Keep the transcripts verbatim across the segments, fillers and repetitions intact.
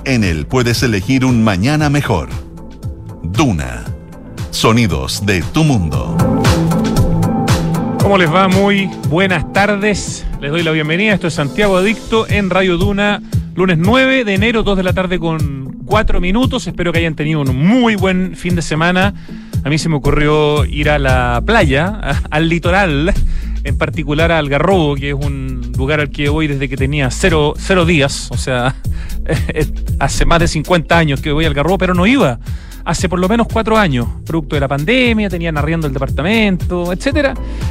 En él puedes elegir un mañana mejor. Duna. Sonidos de tu mundo. ¿Cómo les va? Muy buenas tardes. Les doy la bienvenida. Esto es Santiago Adicto en Radio Duna. Lunes nueve de enero, dos de la tarde con cuatro minutos. Espero que hayan tenido un muy buen fin de semana. A mí se me ocurrió ir a la playa, al litoral, en particular a Algarrobo, que es un lugar al que voy desde que tenía cero, cero días. O sea, hace más de cincuenta años que voy a Algarrobo, pero no iba. Hace por lo menos cuatro años, producto de la pandemia, tenían arriendo el departamento, etcétera.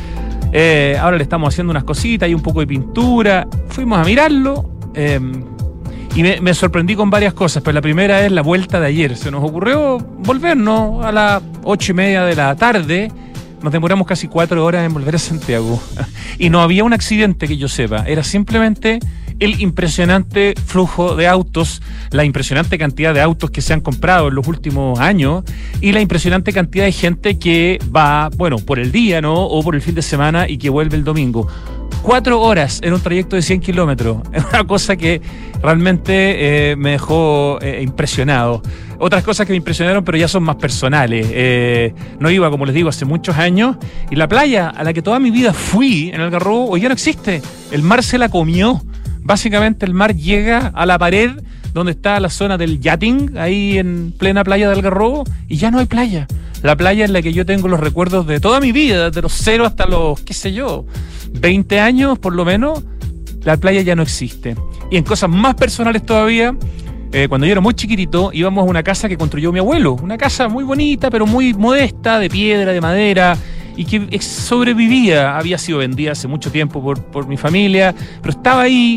Eh, ahora le estamos haciendo unas cositas, hay un poco de pintura. Fuimos a mirarlo eh, y me, me sorprendí con varias cosas. Pues la primera es la vuelta de ayer. Se nos ocurrió volvernos a las ocho y media de la tarde. Nos demoramos casi cuatro horas en volver a Santiago. Y no había un accidente que yo sepa. Era simplemente el impresionante flujo de autos, la impresionante cantidad de autos que se han comprado en los últimos años y la impresionante cantidad de gente que va, bueno, por el día, ¿no? O por el fin de semana y que vuelve el domingo. Cuatro horas en un trayecto de cien kilómetros. Es una cosa que realmente eh, me dejó eh, impresionado. Otras cosas que me impresionaron, pero ya son más personales. Eh, no iba, como les digo, hace muchos años. Y la playa a la que toda mi vida fui, en Algarrobo, hoy ya no existe. El mar se la comió. Básicamente el mar llega a la pared donde está la zona del yachting, ahí en plena playa de Algarrobo, y ya no hay playa. La playa en la que yo tengo los recuerdos de toda mi vida, desde los cero hasta los, qué sé yo, veinte años por lo menos, la playa ya no existe. Y en cosas más personales todavía, eh, cuando yo era muy chiquitito, íbamos a una casa que construyó mi abuelo, una casa muy bonita, pero muy modesta, de piedra, de madera, y que sobrevivía, había sido vendida hace mucho tiempo por, por mi familia, pero estaba ahí.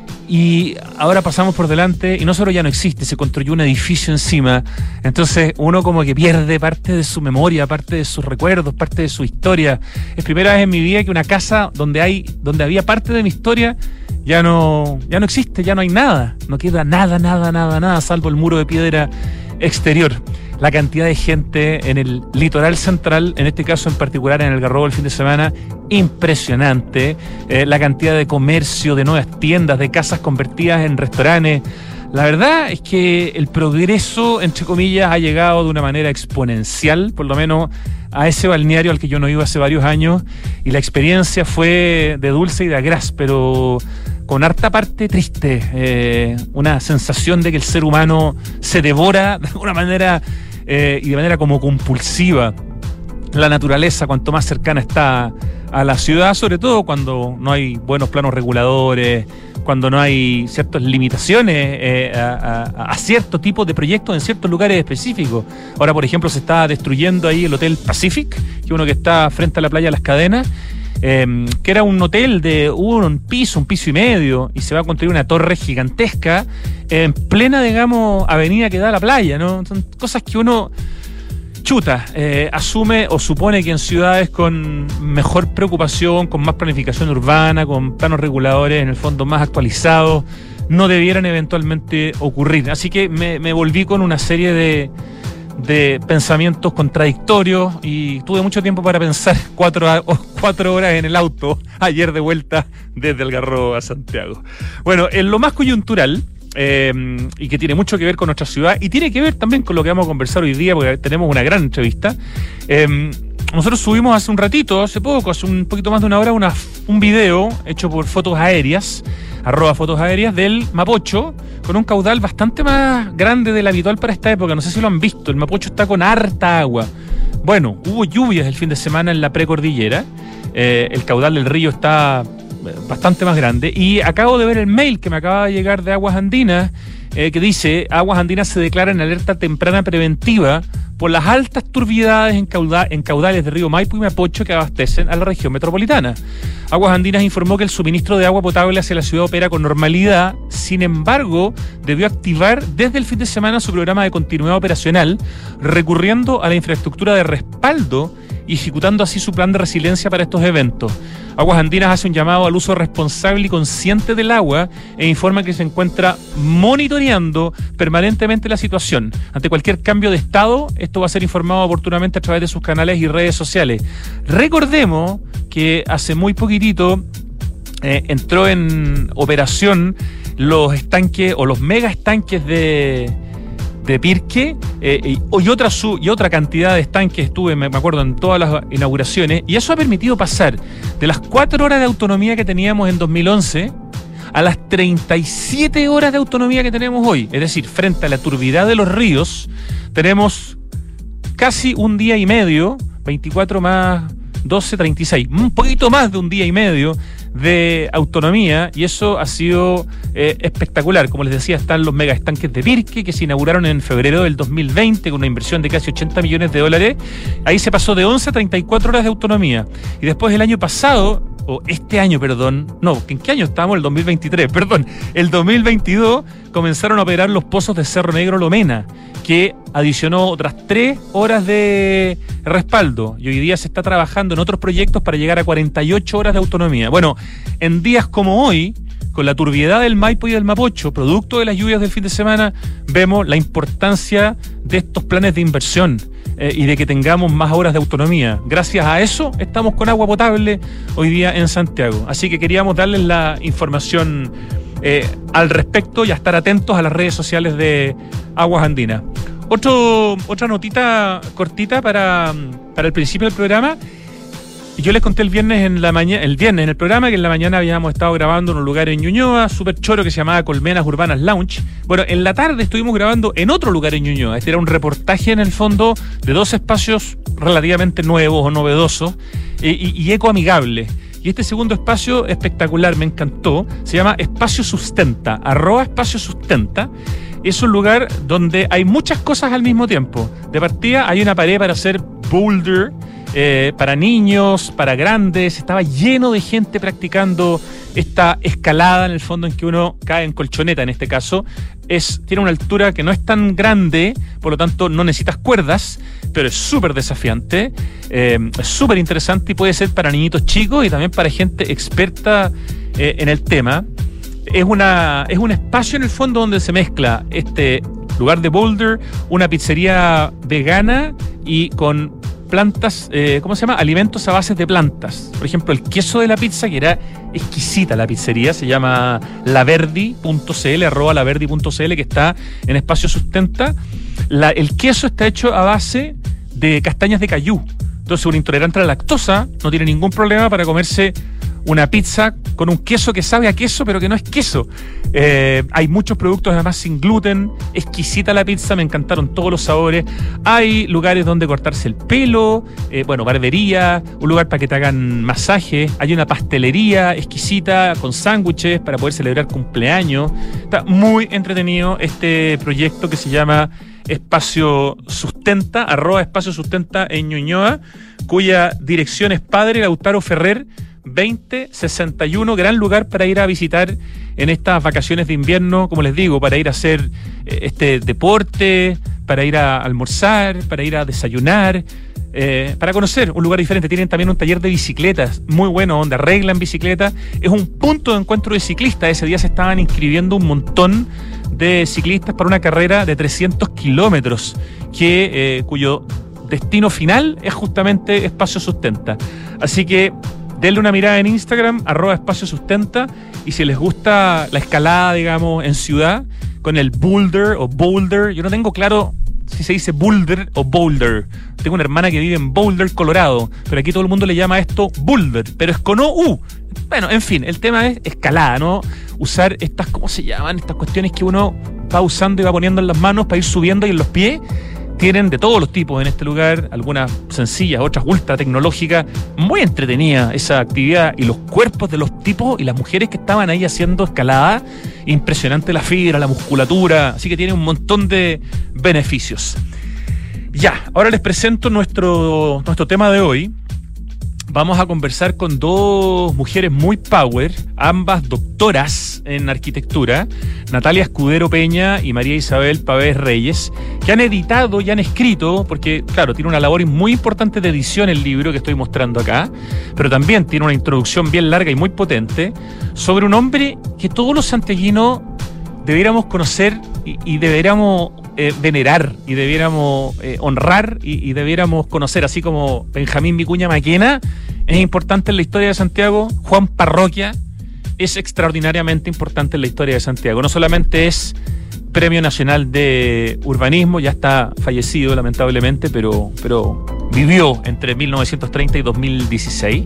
Y ahora pasamos por delante y no solo ya no existe, se construyó un edificio encima. Entonces uno como que pierde parte de su memoria, parte de sus recuerdos, parte de su historia. Es primera vez en mi vida que una casa donde hay, donde había parte de mi historia ya no, ya no existe, ya no hay nada. No queda nada, nada, nada, nada, salvo el muro de piedra exterior. La cantidad de gente en el litoral central, en este caso en particular en Algarrobo el fin de semana, impresionante. Eh, la cantidad de comercio, de nuevas tiendas, de casas convertidas en restaurantes. La verdad es que el progreso, entre comillas, ha llegado de una manera exponencial, por lo menos a ese balneario al que yo no iba hace varios años, y la experiencia fue de dulce y de agraz, pero con harta parte triste, eh, una sensación de que el ser humano se devora de alguna manera eh, y de manera como compulsiva la naturaleza, cuanto más cercana está a la ciudad, sobre todo cuando no hay buenos planos reguladores, cuando no hay ciertas limitaciones eh, a, a, a cierto tipo de proyectos en ciertos lugares específicos. Ahora, por ejemplo, se está destruyendo ahí el Hotel Pacific, que es uno que está frente a la playa Las Cadenas, eh, que era un hotel de un piso, un piso y medio, y se va a construir una torre gigantesca en plena, digamos, avenida que da a la playa, ¿no? Son cosas que uno chuta, eh, asume o supone que en ciudades con mejor preocupación, con más planificación urbana, con planos reguladores en el fondo más actualizados, no debieran eventualmente ocurrir. Así que me, me volví con una serie de, de pensamientos contradictorios y tuve mucho tiempo para pensar cuatro, cuatro horas en el auto ayer de vuelta desde Algarrobo a Santiago. Bueno, en lo más coyuntural, Eh, y que tiene mucho que ver con nuestra ciudad y tiene que ver también con lo que vamos a conversar hoy día, porque tenemos una gran entrevista. Eh, nosotros subimos hace un ratito, hace poco, hace un poquito más de una hora, una, un video hecho por Fotos Aéreas, arroba Fotos Aéreas, del Mapocho, con un caudal bastante más grande del habitual para esta época. No sé si lo han visto, el Mapocho está con harta agua. Bueno, hubo lluvias el fin de semana en la precordillera, eh, el caudal del río está bastante más grande, y acabo de ver el mail que me acaba de llegar de Aguas Andinas, eh, que dice: Aguas Andinas se declara en alerta temprana preventiva por las altas turbidades en, cauda, en caudales de río Maipo y Mapocho que abastecen a la región metropolitana. Aguas Andinas informó que el suministro de agua potable hacia la ciudad opera con normalidad. Sin embargo, debió activar desde el fin de semana su programa de continuidad operacional, recurriendo a la infraestructura de respaldo y ejecutando así su plan de resiliencia para estos eventos. Aguas Andinas hace un llamado al uso responsable y consciente del agua e informa que se encuentra monitoreando permanentemente la situación. Ante cualquier cambio de estado, esto va a ser informado oportunamente a través de sus canales y redes sociales. Recordemos que hace muy poquitito eh, entró en operación los estanques o los mega estanques de, de Pirque eh, y, y, otra su, y otra cantidad de estanques. Estuve, me, me acuerdo, en todas las inauguraciones, y eso ha permitido pasar de las cuatro horas de autonomía que teníamos en dos mil once a las treinta y siete horas de autonomía que tenemos hoy. Es decir, frente a la turbidez de los ríos, tenemos casi un día y medio, veinticuatro más doce, treinta y seis, un poquito más de un día y medio de autonomía, y eso ha sido eh, espectacular. Como les decía, están los mega estanques de Pirque, que se inauguraron en febrero del dos mil veinte con una inversión de casi ochenta millones de dólares. Ahí se pasó de once a treinta y cuatro horas de autonomía. Y después el año pasado, o este año, perdón, no, ¿en qué año estábamos? El dos mil veintitrés, perdón, el dos mil veintidós comenzaron a operar los pozos de Cerro Negro Lomena, que adicionó otras tres horas de respaldo, y hoy día se está trabajando en otros proyectos para llegar a cuarenta y ocho horas de autonomía. Bueno, en días como hoy, con la turbiedad del Maipo y del Mapocho, producto de las lluvias del fin de semana, vemos la importancia de estos planes de inversión eh, y de que tengamos más horas de autonomía. Gracias a eso estamos con agua potable hoy día en Santiago. Así que queríamos darles la información eh, al respecto y a estar atentos a las redes sociales de Aguas Andinas. Otro, otra notita cortita para, para el principio del programa. Yo les conté el viernes en la mañana, el viernes en el programa, que en la mañana habíamos estado grabando en un lugar en Ñuñoa, súper choro, que se llamaba Colmenas Urbanas Lounge. Bueno, en la tarde estuvimos grabando en otro lugar en Ñuñoa. Este era un reportaje, en el fondo, de dos espacios relativamente nuevos o novedosos eh, y, y ecoamigables. Y este segundo espacio espectacular, me encantó, se llama Espacio Sustenta, arroba Espacio Sustenta. Es un lugar donde hay muchas cosas al mismo tiempo. De partida hay una pared para hacer boulder, eh, para niños, para grandes. Estaba lleno de gente practicando esta escalada, en el fondo, en que uno cae en colchoneta, en este caso. Es, tiene una altura que no es tan grande, por lo tanto no necesitas cuerdas, pero es súper desafiante, eh, es súper interesante, y puede ser para niñitos chicos y también para gente experta eh, en el tema. Es, una, es un espacio, en el fondo, donde se mezcla este lugar de boulder, una pizzería vegana y con plantas, eh, ¿cómo se llama? Alimentos a base de plantas. Por ejemplo, el queso de la pizza, que era exquisita la pizzería, se llama laverdi punto cl, arroba laverdi punto cl, que está en Espacio Sustenta. La, el queso está hecho a base de castañas de cayú. Entonces, un intolerante a la lactosa no tiene ningún problema para comerse una pizza con un queso que sabe a queso, pero que no es queso. Eh, hay muchos productos además sin gluten, exquisita la pizza, me encantaron todos los sabores. Hay lugares donde cortarse el pelo, eh, bueno, barbería, un lugar para que te hagan masaje, hay una pastelería exquisita con sándwiches para poder celebrar cumpleaños. Está muy entretenido este proyecto que se llama Espacio Sustenta, arroba Espacio Sustenta en Ñuñoa, cuya dirección es Padre Lautaro Ferrer veinte sesenta y uno, gran lugar para ir a visitar en estas vacaciones de invierno, como les digo, para ir a hacer eh, este deporte, para ir a almorzar, para ir a desayunar, eh, para conocer un lugar diferente. Tienen también un taller de bicicletas muy bueno, donde arreglan bicicletas. Es un punto de encuentro de ciclistas. Ese día se estaban inscribiendo un montón de ciclistas para una carrera de trescientos kilómetros, que, eh, cuyo destino final es justamente Espacio Sustenta. Así que denle una mirada en Instagram, arroba Espacio Sustenta, y si les gusta la escalada, digamos, en ciudad, con el boulder o boulder, yo no tengo claro si se dice boulder o boulder. Tengo una hermana que vive en Boulder, Colorado, pero aquí todo el mundo le llama esto boulder, pero es con O U. Bueno, en fin, el tema es escalada, ¿no? Usar estas, ¿cómo se llaman? Estas cuestiones que uno va usando y va poniendo en las manos para ir subiendo y en los pies. Tienen de todos los tipos en este lugar, algunas sencillas, otras ultra tecnológicas. Muy entretenida esa actividad, y los cuerpos de los tipos y las mujeres que estaban ahí haciendo escalada, impresionante la fibra, la musculatura, así que tiene un montón de beneficios. Ya, ahora les presento nuestro, nuestro tema de hoy. Vamos a conversar con dos mujeres muy power, ambas doctoras en arquitectura, Natalia Escudero Peña y María Isabel Pavés Reyes, que han editado y han escrito, porque claro, tiene una labor muy importante de edición el libro que estoy mostrando acá, pero también tiene una introducción bien larga y muy potente sobre un hombre que todos los santiaguinos debiéramos conocer y, y deberíamos eh, venerar y debiéramos eh, honrar y, y debiéramos conocer, así como Benjamín Vicuña Maquena es importante en la historia de Santiago, Juan Parroquia es extraordinariamente importante en la historia de Santiago. No solamente es Premio Nacional de Urbanismo, ya está fallecido lamentablemente, pero, pero vivió entre mil novecientos treinta y dos mil dieciséis.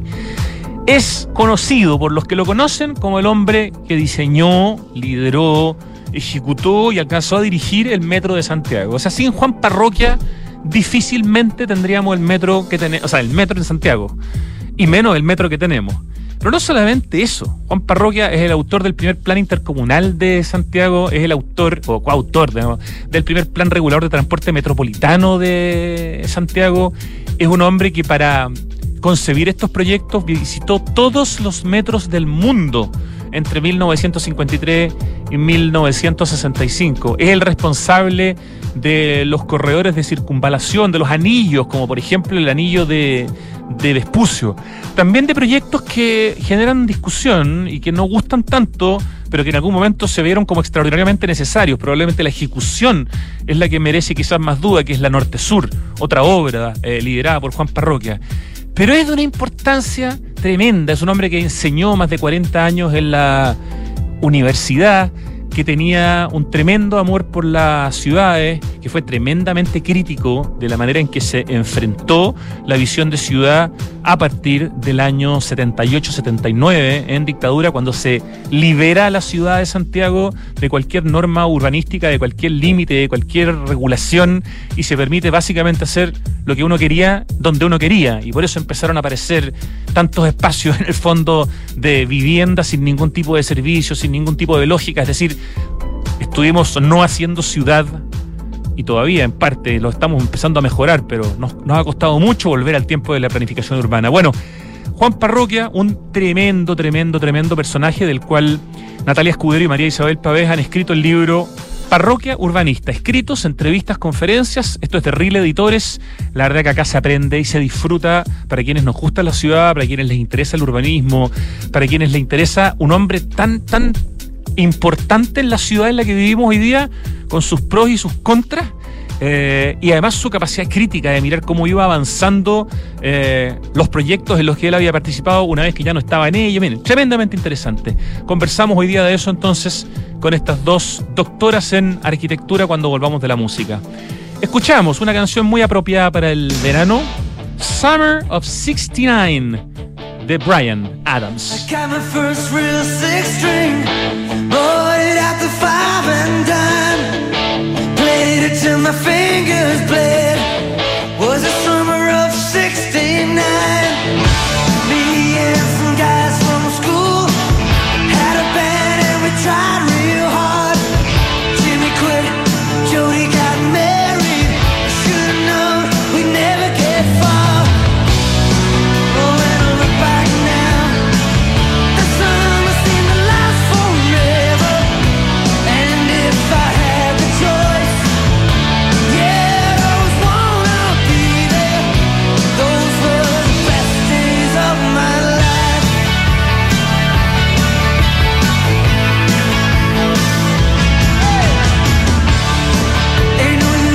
Es conocido por los que lo conocen como el hombre que diseñó, lideró, ejecutó y alcanzó a dirigir el metro de Santiago. O sea, sin Juan Parroquia difícilmente tendríamos el metro que tenemos, o sea, el metro en Santiago, y menos el metro que tenemos. Pero no solamente eso, Juan Parroquia es el autor del primer plan intercomunal de Santiago, es el autor, o coautor, digamos, del primer plan regulador de transporte metropolitano de Santiago. Es un hombre que para concebir estos proyectos visitó todos los metros del mundo entre mil novecientos cincuenta y tres y mil novecientos sesenta y cinco. Es el responsable de los corredores de circunvalación, de los anillos, como por ejemplo el anillo de, de Vespucio. También de proyectos que generan discusión y que no gustan tanto, pero que en algún momento se vieron como extraordinariamente necesarios. Probablemente la ejecución es la que merece quizás más duda, que es la Norte Sur, otra obra eh, liderada por Juan Parroquia. Pero es de una importancia tremenda. Es un hombre que enseñó más de cuarenta años en la universidad, que tenía un tremendo amor por las ciudades, que fue tremendamente crítico de la manera en que se enfrentó la visión de ciudad a partir del año setenta y ocho setenta y nueve en dictadura, cuando se libera a la ciudad de Santiago de cualquier norma urbanística, de cualquier límite, de cualquier regulación, y se permite básicamente hacer lo que uno quería, donde uno quería. Y por eso empezaron a aparecer tantos espacios en el fondo de vivienda sin ningún tipo de servicio, sin ningún tipo de lógica. Es decir, estuvimos no haciendo ciudad, y todavía en parte lo estamos empezando a mejorar, pero nos, nos ha costado mucho volver al tiempo de la planificación urbana. Bueno, Juan Parroquia, un tremendo, tremendo, tremendo personaje, del cual Natalia Escudero y María Isabel Pavés han escrito el libro Parroquia Urbanista, escritos, entrevistas, conferencias. Esto es de Ril Editores. La verdad que acá se aprende y se disfruta para quienes nos gusta la ciudad, para quienes les interesa el urbanismo, para quienes les interesa un hombre tan, tan importante en la ciudad en la que vivimos hoy día, con sus pros y sus contras, eh, y además su capacidad crítica de mirar cómo iba avanzando eh, los proyectos en los que él había participado una vez que ya no estaba en ellos. Miren, tremendamente interesante. Conversamos hoy día de eso entonces con estas dos doctoras en arquitectura cuando volvamos de la música. Escuchamos una canción muy apropiada para el verano, Summer of sixty-nine, de Bryan Adams. I got my first real six string, bought it at the five and dime, played it till my fingers bled. Was the summer of sixty-nine. Me and some guys from school had a band and we tried real hard. Jimmy quit, Jody got married. I should've known we'd never get far. Ain't no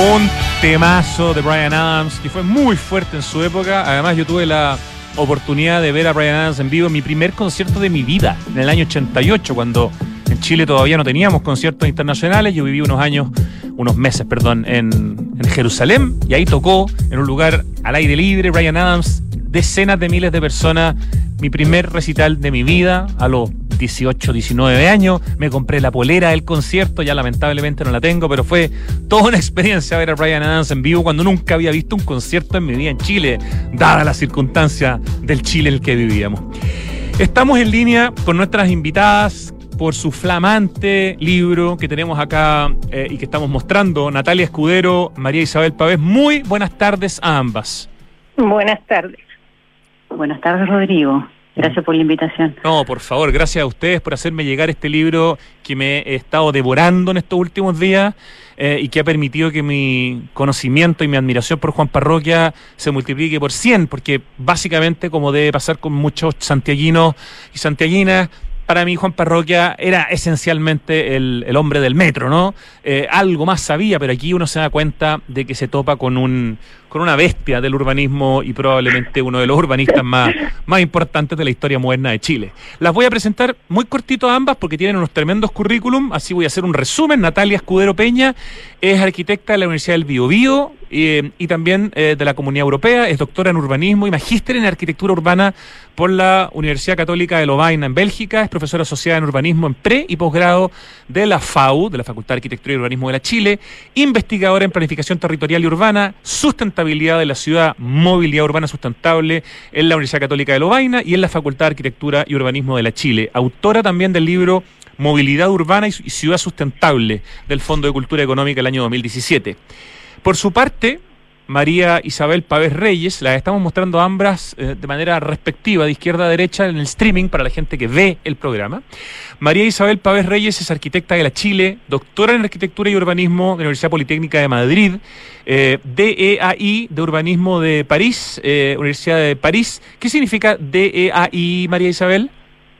Un temazo de Bryan Adams que fue muy fuerte en su época. Además, yo tuve la oportunidad de ver a Bryan Adams en vivo en mi primer concierto de mi vida, en el año ochenta y ocho, cuando en Chile todavía no teníamos conciertos internacionales. Yo viví unos años, unos meses, perdón, en, en Jerusalén, y ahí tocó en un lugar al aire libre Bryan Adams, decenas de miles de personas. Mi primer recital de mi vida, a los dieciocho, diecinueve años. Me compré la polera del concierto, ya lamentablemente no la tengo, pero fue toda una experiencia ver a Bryan Adams en vivo cuando nunca había visto un concierto en mi vida en Chile, dada la circunstancia del Chile en el que vivíamos. Estamos en línea con nuestras invitadas por su flamante libro que tenemos acá eh, y que estamos mostrando, Natalia Escudero, María Isabel Pavés. Muy buenas tardes a ambas. Buenas tardes. Buenas tardes, Rodrigo. Gracias por la invitación. No, por favor, gracias a ustedes por hacerme llegar este libro que me he estado devorando en estos últimos días eh, y que ha permitido que mi conocimiento y mi admiración por Juan Parroquia se multiplique por cien, porque básicamente, como debe pasar con muchos santiaguinos y santiaguinas, para mí Juan Parroquia era esencialmente el, el hombre del metro, ¿no? Eh, algo más sabía, pero aquí uno se da cuenta de que se topa con un con una bestia del urbanismo y probablemente uno de los urbanistas más, más importantes de la historia moderna de Chile. Las voy a presentar muy cortito a ambas porque tienen unos tremendos currículum, así voy a hacer un resumen. Natalia Escudero Peña es arquitecta de la Universidad del Biobío eh, y también eh, de la Comunidad Europea, es doctora en urbanismo y magíster en arquitectura urbana por la Universidad Católica de Lovaina en Bélgica, es profesora asociada en urbanismo en pre y posgrado de la F A U, de la Facultad de Arquitectura y Urbanismo de la Chile, investigadora en planificación territorial y urbana, sustentabilidad de la ciudad, movilidad urbana sustentable en la Universidad Católica de Lovaina y en la Facultad de Arquitectura y Urbanismo de la Chile, autora también del libro Movilidad Urbana y Ciudad Sustentable del Fondo de Cultura Económica del año dos mil diecisiete. Por su parte, María Isabel Pavés Reyes, las estamos mostrando ambas eh, de manera respectiva, de izquierda a derecha, en el streaming para la gente que ve el programa. María Isabel Pavés Reyes es arquitecta de la Chile, doctora en arquitectura y urbanismo de la Universidad Politécnica de Madrid, eh, D E A I de urbanismo de París, eh, Universidad de París. ¿Qué significa D E A I, María Isabel?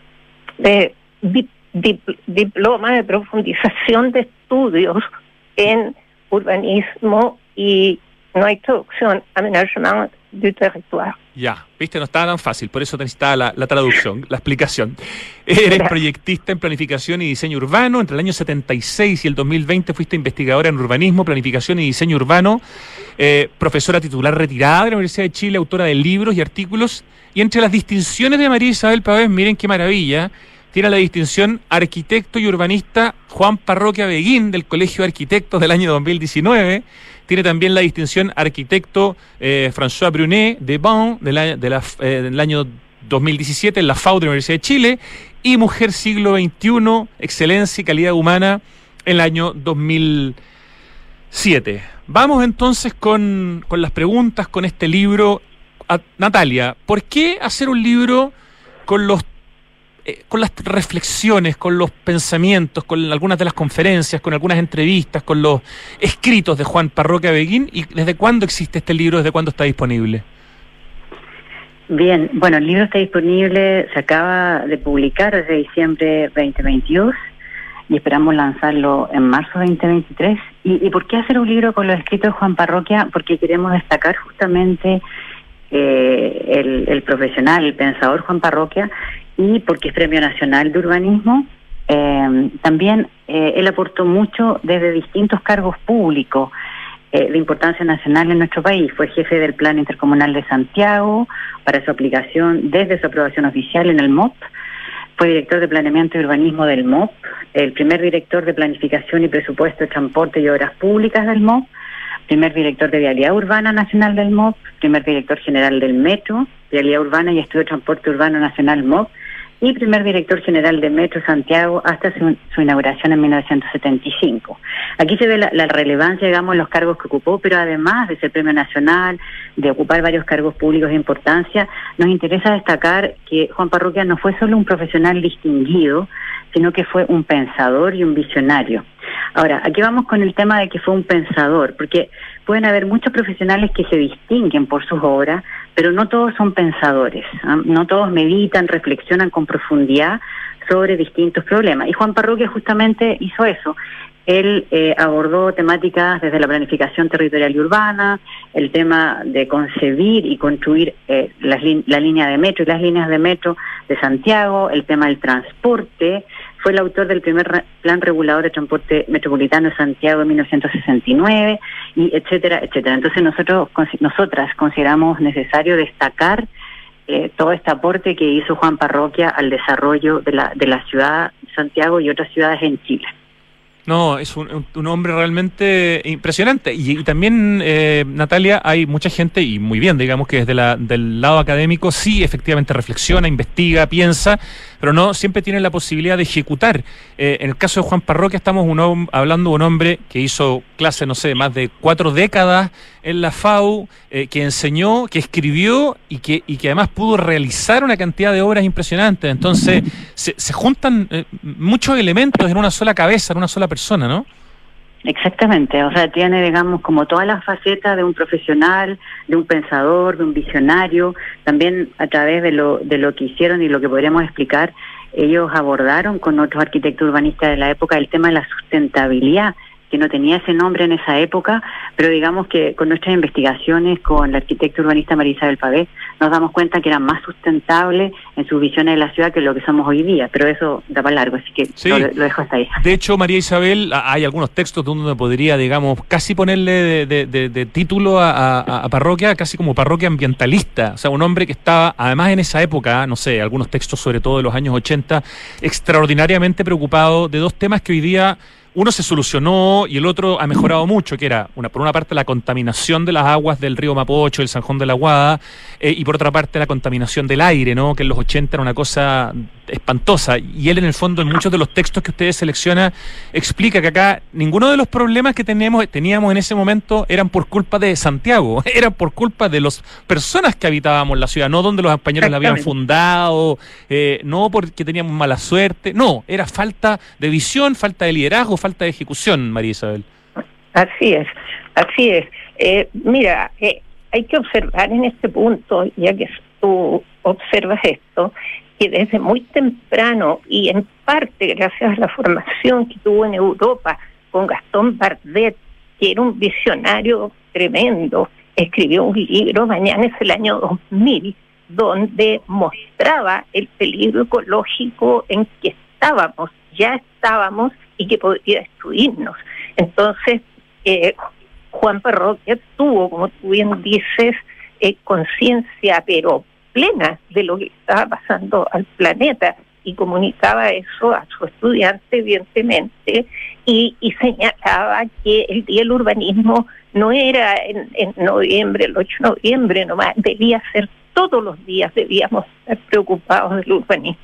De dip, dip, diploma de profundización de estudios en urbanismo y no hay traducción, aménagement du territoire. Ya, viste, no estaba tan fácil, por eso necesitaba la, la traducción, la explicación. Eres proyectista en planificación y diseño urbano. Entre el año setenta y seis y el dos mil veinte fuiste investigadora en urbanismo, planificación y diseño urbano, eh, profesora titular retirada de la Universidad de Chile, autora de libros y artículos. Y entre las distinciones de María Isabel Pavés, miren qué maravilla, tiene la distinción arquitecto y urbanista Juan Parroquia Beguín del Colegio de Arquitectos del año dos mil diecinueve. Tiene también la distinción arquitecto eh, François Brunet de Bon de la, de la, eh, del año dos mil diecisiete en la F A U de la Universidad de Chile, y Mujer Siglo veintiuno, Excelencia y Calidad Humana en el año dos mil siete. Vamos entonces con, con las preguntas, con este libro. A, Natalia, ¿por qué hacer un libro con los con las reflexiones, con los pensamientos, con algunas de las conferencias, con algunas entrevistas, con los escritos de Juan Parroquia Beguín? ¿Y desde cuándo existe este libro? ¿Desde cuándo está disponible? Bien, bueno, el libro está disponible, se acaba de publicar desde diciembre veinte veintidós y esperamos lanzarlo en marzo veinte veintitrés. ¿Y, y por qué hacer un libro con los escritos de Juan Parroquia? Porque queremos destacar justamente eh, el, el profesional, el pensador Juan Parroquia, y porque es Premio Nacional de Urbanismo. Eh, también eh, él aportó mucho desde distintos cargos públicos eh, de importancia nacional en nuestro país. Fue jefe del Plan Intercomunal de Santiago para su aplicación desde su aprobación oficial en el M O P. Fue director de Planeamiento y Urbanismo del M O P, el primer director de Planificación y Presupuesto de Transporte y Obras Públicas del M O P, primer director de Vialidad Urbana Nacional del M O P, primer director general del Metro, Vialidad Urbana y Estudio de Transporte Urbano Nacional M O P, y primer director general de Metro Santiago hasta su, su inauguración en mil novecientos setenta y cinco. Aquí se ve la, la relevancia, digamos, en los cargos que ocupó, pero además de ser premio nacional, de ocupar varios cargos públicos de importancia, nos interesa destacar que Juan Parroquia no fue solo un profesional distinguido, sino que fue un pensador y un visionario. Ahora, aquí vamos con el tema de que fue un pensador, porque pueden haber muchos profesionales que se distinguen por sus obras, pero no todos son pensadores, ¿eh? No todos meditan, reflexionan con profundidad sobre distintos problemas. Y Juan Parroquia justamente hizo eso. él eh, abordó temáticas desde la planificación territorial y urbana, el tema de concebir y construir eh, las li- la línea de metro y las líneas de metro de Santiago, el tema del transporte. Fue el autor del primer re- plan regulador de transporte metropolitano de Santiago en mil novecientos sesenta y nueve, y etcétera, etcétera. Entonces nosotros, nosotras consideramos necesario destacar eh, todo este aporte que hizo Juan Parroquia al desarrollo de la, de la ciudad de Santiago y otras ciudades en Chile. No, es un, un hombre realmente impresionante. Y, y también, eh, Natalia, hay mucha gente, y muy bien, digamos, que desde la, del lado académico sí efectivamente reflexiona, investiga, piensa, pero no siempre tiene la posibilidad de ejecutar. Eh, en el caso de Juan Parroquia estamos un, hablando de un hombre que hizo clases, no sé, más de cuatro décadas en la F A U, eh, que enseñó, que escribió y que, y que además pudo realizar una cantidad de obras impresionantes. Entonces, se, se juntan eh, muchos elementos en una sola cabeza, en una sola persona, ¿no? Exactamente, o sea, tiene, digamos, como todas las facetas de un profesional, de un pensador, de un visionario. También a través de lo de lo que hicieron y lo que podríamos explicar, ellos abordaron con otros arquitectos urbanistas de la época el tema de la sustentabilidad, que no tenía ese nombre en esa época, pero digamos que con nuestras investigaciones con la arquitecta urbanista María Isabel Pavé nos damos cuenta que era más sustentable en sus visiones de la ciudad que lo que somos hoy día, pero eso da para largo, así que sí. lo, lo dejo hasta ahí. De hecho, María Isabel, hay algunos textos donde podría, digamos, casi ponerle de, de, de, de título a, a, a Parroquia, casi como Parroquia ambientalista, o sea, un hombre que estaba, además en esa época, no sé, algunos textos sobre todo de los años ochenta, extraordinariamente preocupado de dos temas que hoy día uno se solucionó y el otro ha mejorado mucho, que era, una por una parte, la contaminación de las aguas del río Mapocho, el Sanjón de la Guada, eh, y por otra parte, la contaminación del aire, ¿no? Que en los ochenta era una cosa espantosa. Y él, en el fondo, en muchos de los textos que ustedes seleccionan, explica que acá ninguno de los problemas que tenemos, teníamos en ese momento eran por culpa de Santiago, eran por culpa de las personas que habitábamos la ciudad, no donde los españoles la habían fundado, eh, no porque teníamos mala suerte, no, era falta de visión, falta de liderazgo, falta de ejecución, María Isabel. Así es, así es. Eh, mira, eh, hay que observar en este punto, ya que tú observas esto, que desde muy temprano, y en parte gracias a la formación que tuvo en Europa con Gastón Bardet, que era un visionario tremendo, escribió un libro, Mañana es el año dos mil, donde mostraba el peligro ecológico en que estábamos, ya estábamos, y que podría destruirnos. Entonces, eh, Juan Parroquia tuvo, como tú bien dices, eh, conciencia, pero plena de lo que estaba pasando al planeta, y comunicaba eso a su estudiante, evidentemente, y, y señalaba que el Día del Urbanismo no era en, en noviembre, el ocho de noviembre nomás, debía ser todos los días, debíamos estar preocupados del urbanismo.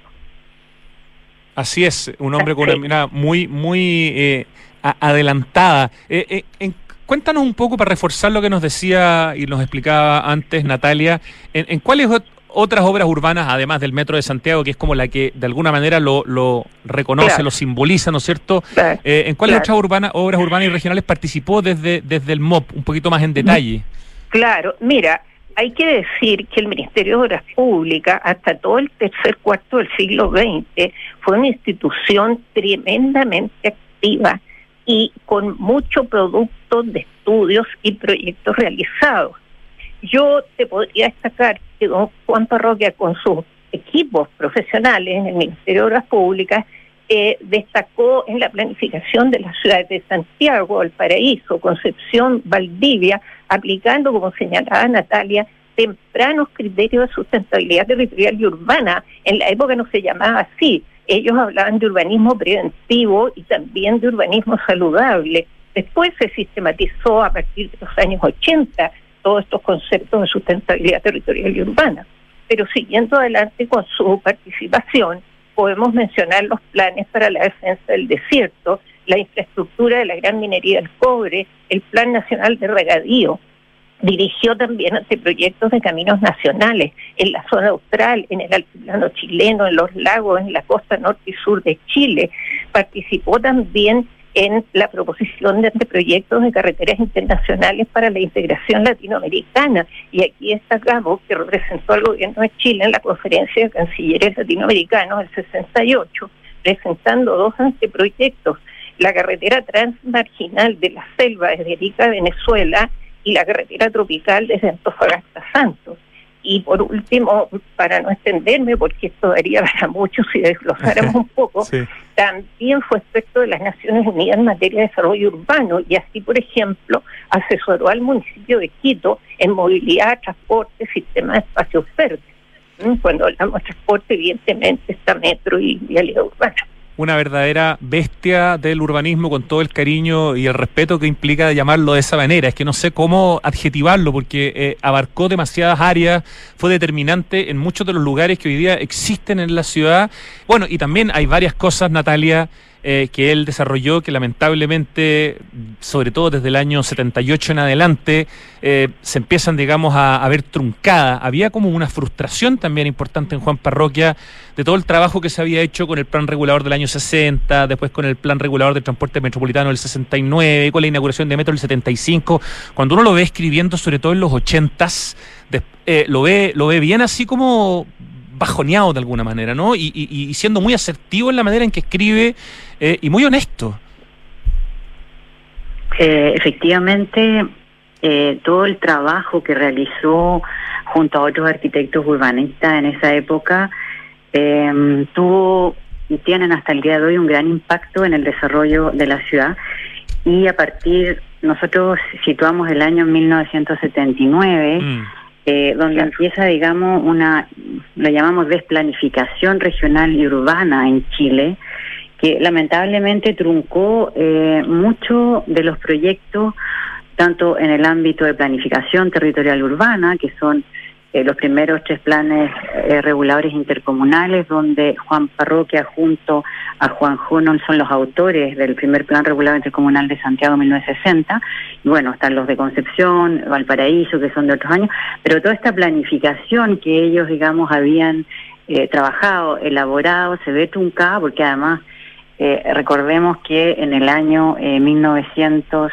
Así es, un hombre con una mirada muy, muy eh, a, adelantada. Eh, eh, en, cuéntanos un poco, para reforzar lo que nos decía y nos explicaba antes Natalia, en, en cuáles ot- otras obras urbanas, además del Metro de Santiago, que es como la que de alguna manera lo, lo reconoce, claro, lo simboliza, ¿no es cierto? Claro, eh, ¿En cuáles claro. otras urbana, obras urbanas y regionales participó desde, desde el M O P, un poquito más en detalle? Claro, mira, hay que decir que el Ministerio de Obras Públicas, hasta todo el tercer cuarto del siglo veinte, fue una institución tremendamente activa y con mucho producto de estudios y proyectos realizados. Yo te podría destacar que don Juan Parroquia, con sus equipos profesionales en el Ministerio de Obras Públicas, eh, destacó en la planificación de las ciudades de Santiago, Valparaíso, Concepción, Valdivia, aplicando, como señalaba Natalia, tempranos criterios de sustentabilidad territorial y urbana. En la época no se llamaba así. Ellos hablaban de urbanismo preventivo y también de urbanismo saludable. Después se sistematizó a partir de los años ochenta todos estos conceptos de sustentabilidad territorial y urbana. Pero siguiendo adelante con su participación, podemos mencionar los planes para la defensa del desierto, la infraestructura de la gran minería del cobre, el Plan Nacional de Regadío. Dirigió también anteproyectos de caminos nacionales en la zona austral, en el altiplano chileno, en los lagos, en la costa norte y sur de Chile. Participó también en la proposición de anteproyectos de carreteras internacionales para la integración latinoamericana. Y aquí destacamos que representó al gobierno de Chile en la conferencia de cancilleres latinoamericanos del sesenta y ocho, presentando dos anteproyectos: la carretera transmarginal de la selva desde Arica, Venezuela, y la carretera tropical desde Antofagasta a Santos. Y por último, para no extenderme, porque esto daría para mucho si desglosáramos un poco, sí. También fue experto de las Naciones Unidas en materia de desarrollo urbano, y así, por ejemplo, asesoró al municipio de Quito en movilidad, transporte, sistema de espacios verdes. Cuando hablamos de transporte, evidentemente está metro y vialidad urbana. Una verdadera bestia del urbanismo, con todo el cariño y el respeto que implica llamarlo de esa manera. Es que no sé cómo adjetivarlo, porque eh, abarcó demasiadas áreas, fue determinante en muchos de los lugares que hoy día existen en la ciudad. Bueno, y también hay varias cosas, Natalia, eh, que él desarrolló que lamentablemente, sobre todo desde el año setenta y ocho en adelante, eh, se empiezan, digamos, a, a ver truncadas. Había como una frustración también importante en Juan Parroquia de todo el trabajo que se había hecho con el plan regulador del año sesenta, después con el plan regulador de transporte metropolitano del sesenta y nueve, con la inauguración de Metro del setenta y cinco. Cuando uno lo ve escribiendo, sobre todo en los ochentas, de, eh, lo ve lo ve bien así como bajoneado de alguna manera, ¿no? Y, y, y siendo muy asertivo en la manera en que escribe eh, y muy honesto. Eh, efectivamente, eh, todo el trabajo que realizó junto a otros arquitectos urbanistas en esa época eh, tuvo y tienen hasta el día de hoy un gran impacto en el desarrollo de la ciudad. Y a partir, nosotros situamos el año mil novecientos setenta y nueve, mm. eh, donde claro. empieza, digamos, una, lo llamamos desplanificación regional y urbana en Chile, que lamentablemente truncó eh, mucho de los proyectos, tanto en el ámbito de planificación territorial urbana, que son eh, los primeros tres planes eh, reguladores intercomunales, donde Juan Parroquia junto a Juan Jonol son los autores del primer plan regulador intercomunal de Santiago en mil novecientos sesenta, y bueno, están los de Concepción, Valparaíso, que son de otros años, pero toda esta planificación que ellos, digamos, habían eh, trabajado, elaborado, se ve truncada, porque además eh, recordemos que en el año eh, mil novecientos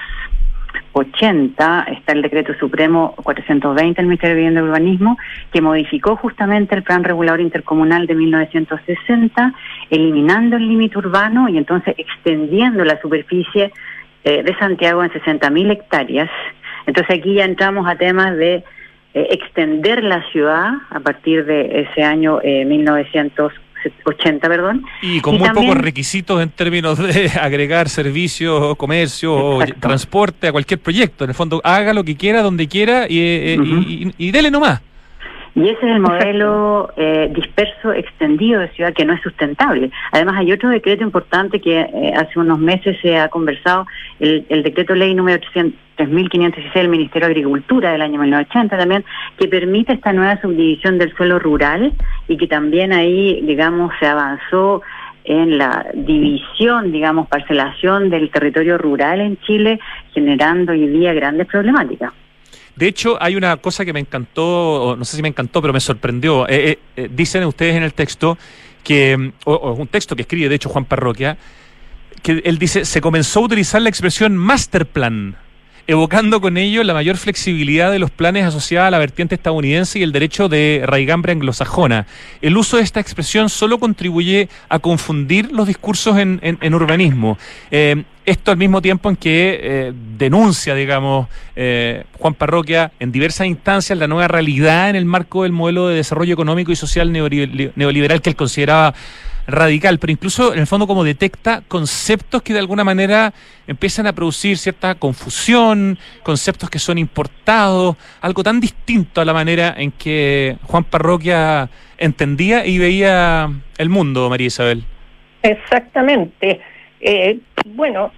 ochenta está el decreto supremo cuatrocientos veinte del Ministerio de Vivienda y Urbanismo, que modificó justamente el plan regulador intercomunal de mil novecientos sesenta, eliminando el límite urbano y entonces extendiendo la superficie eh, de Santiago en sesenta mil hectáreas. Entonces aquí ya entramos a temas de eh, extender la ciudad a partir de ese año eh, mil novecientos ochenta, perdón. Y con y muy también, pocos requisitos en términos de agregar servicios, comercio, exacto, transporte a cualquier proyecto. En el fondo, haga lo que quiera, donde quiera y, eh, uh-huh. y, y, y dele nomás. Y ese es el modelo eh, disperso, extendido de ciudad, que no es sustentable. Además, hay otro decreto importante que eh, hace unos meses se ha conversado, el, el decreto ley número tres mil quinientos dieciséis del Ministerio de Agricultura del año mil novecientos ochenta también, que permite esta nueva subdivisión del suelo rural y que también ahí, digamos, se avanzó en la división, digamos, parcelación del territorio rural en Chile, generando hoy día grandes problemáticas. De hecho, hay una cosa que me encantó, no sé si me encantó, pero me sorprendió. Eh, eh, dicen ustedes en el texto, que o, o un texto que escribe, de hecho, Juan Parroquia, que él dice, se comenzó a utilizar la expresión master plan, evocando con ello la mayor flexibilidad de los planes asociada a la vertiente estadounidense y el derecho de raigambre anglosajona. El uso de esta expresión solo contribuye a confundir los discursos en, en, en urbanismo. Eh, esto al mismo tiempo en que eh, denuncia, digamos, eh, Juan Parroquia en diversas instancias la nueva realidad en el marco del modelo de desarrollo económico y social neoliberal que él consideraba radical, pero incluso en el fondo como detecta conceptos que de alguna manera empiezan a producir cierta confusión, conceptos que son importados, algo tan distinto a la manera en que Juan Parroquia entendía y veía el mundo, María Isabel. Exactamente. Eh, bueno,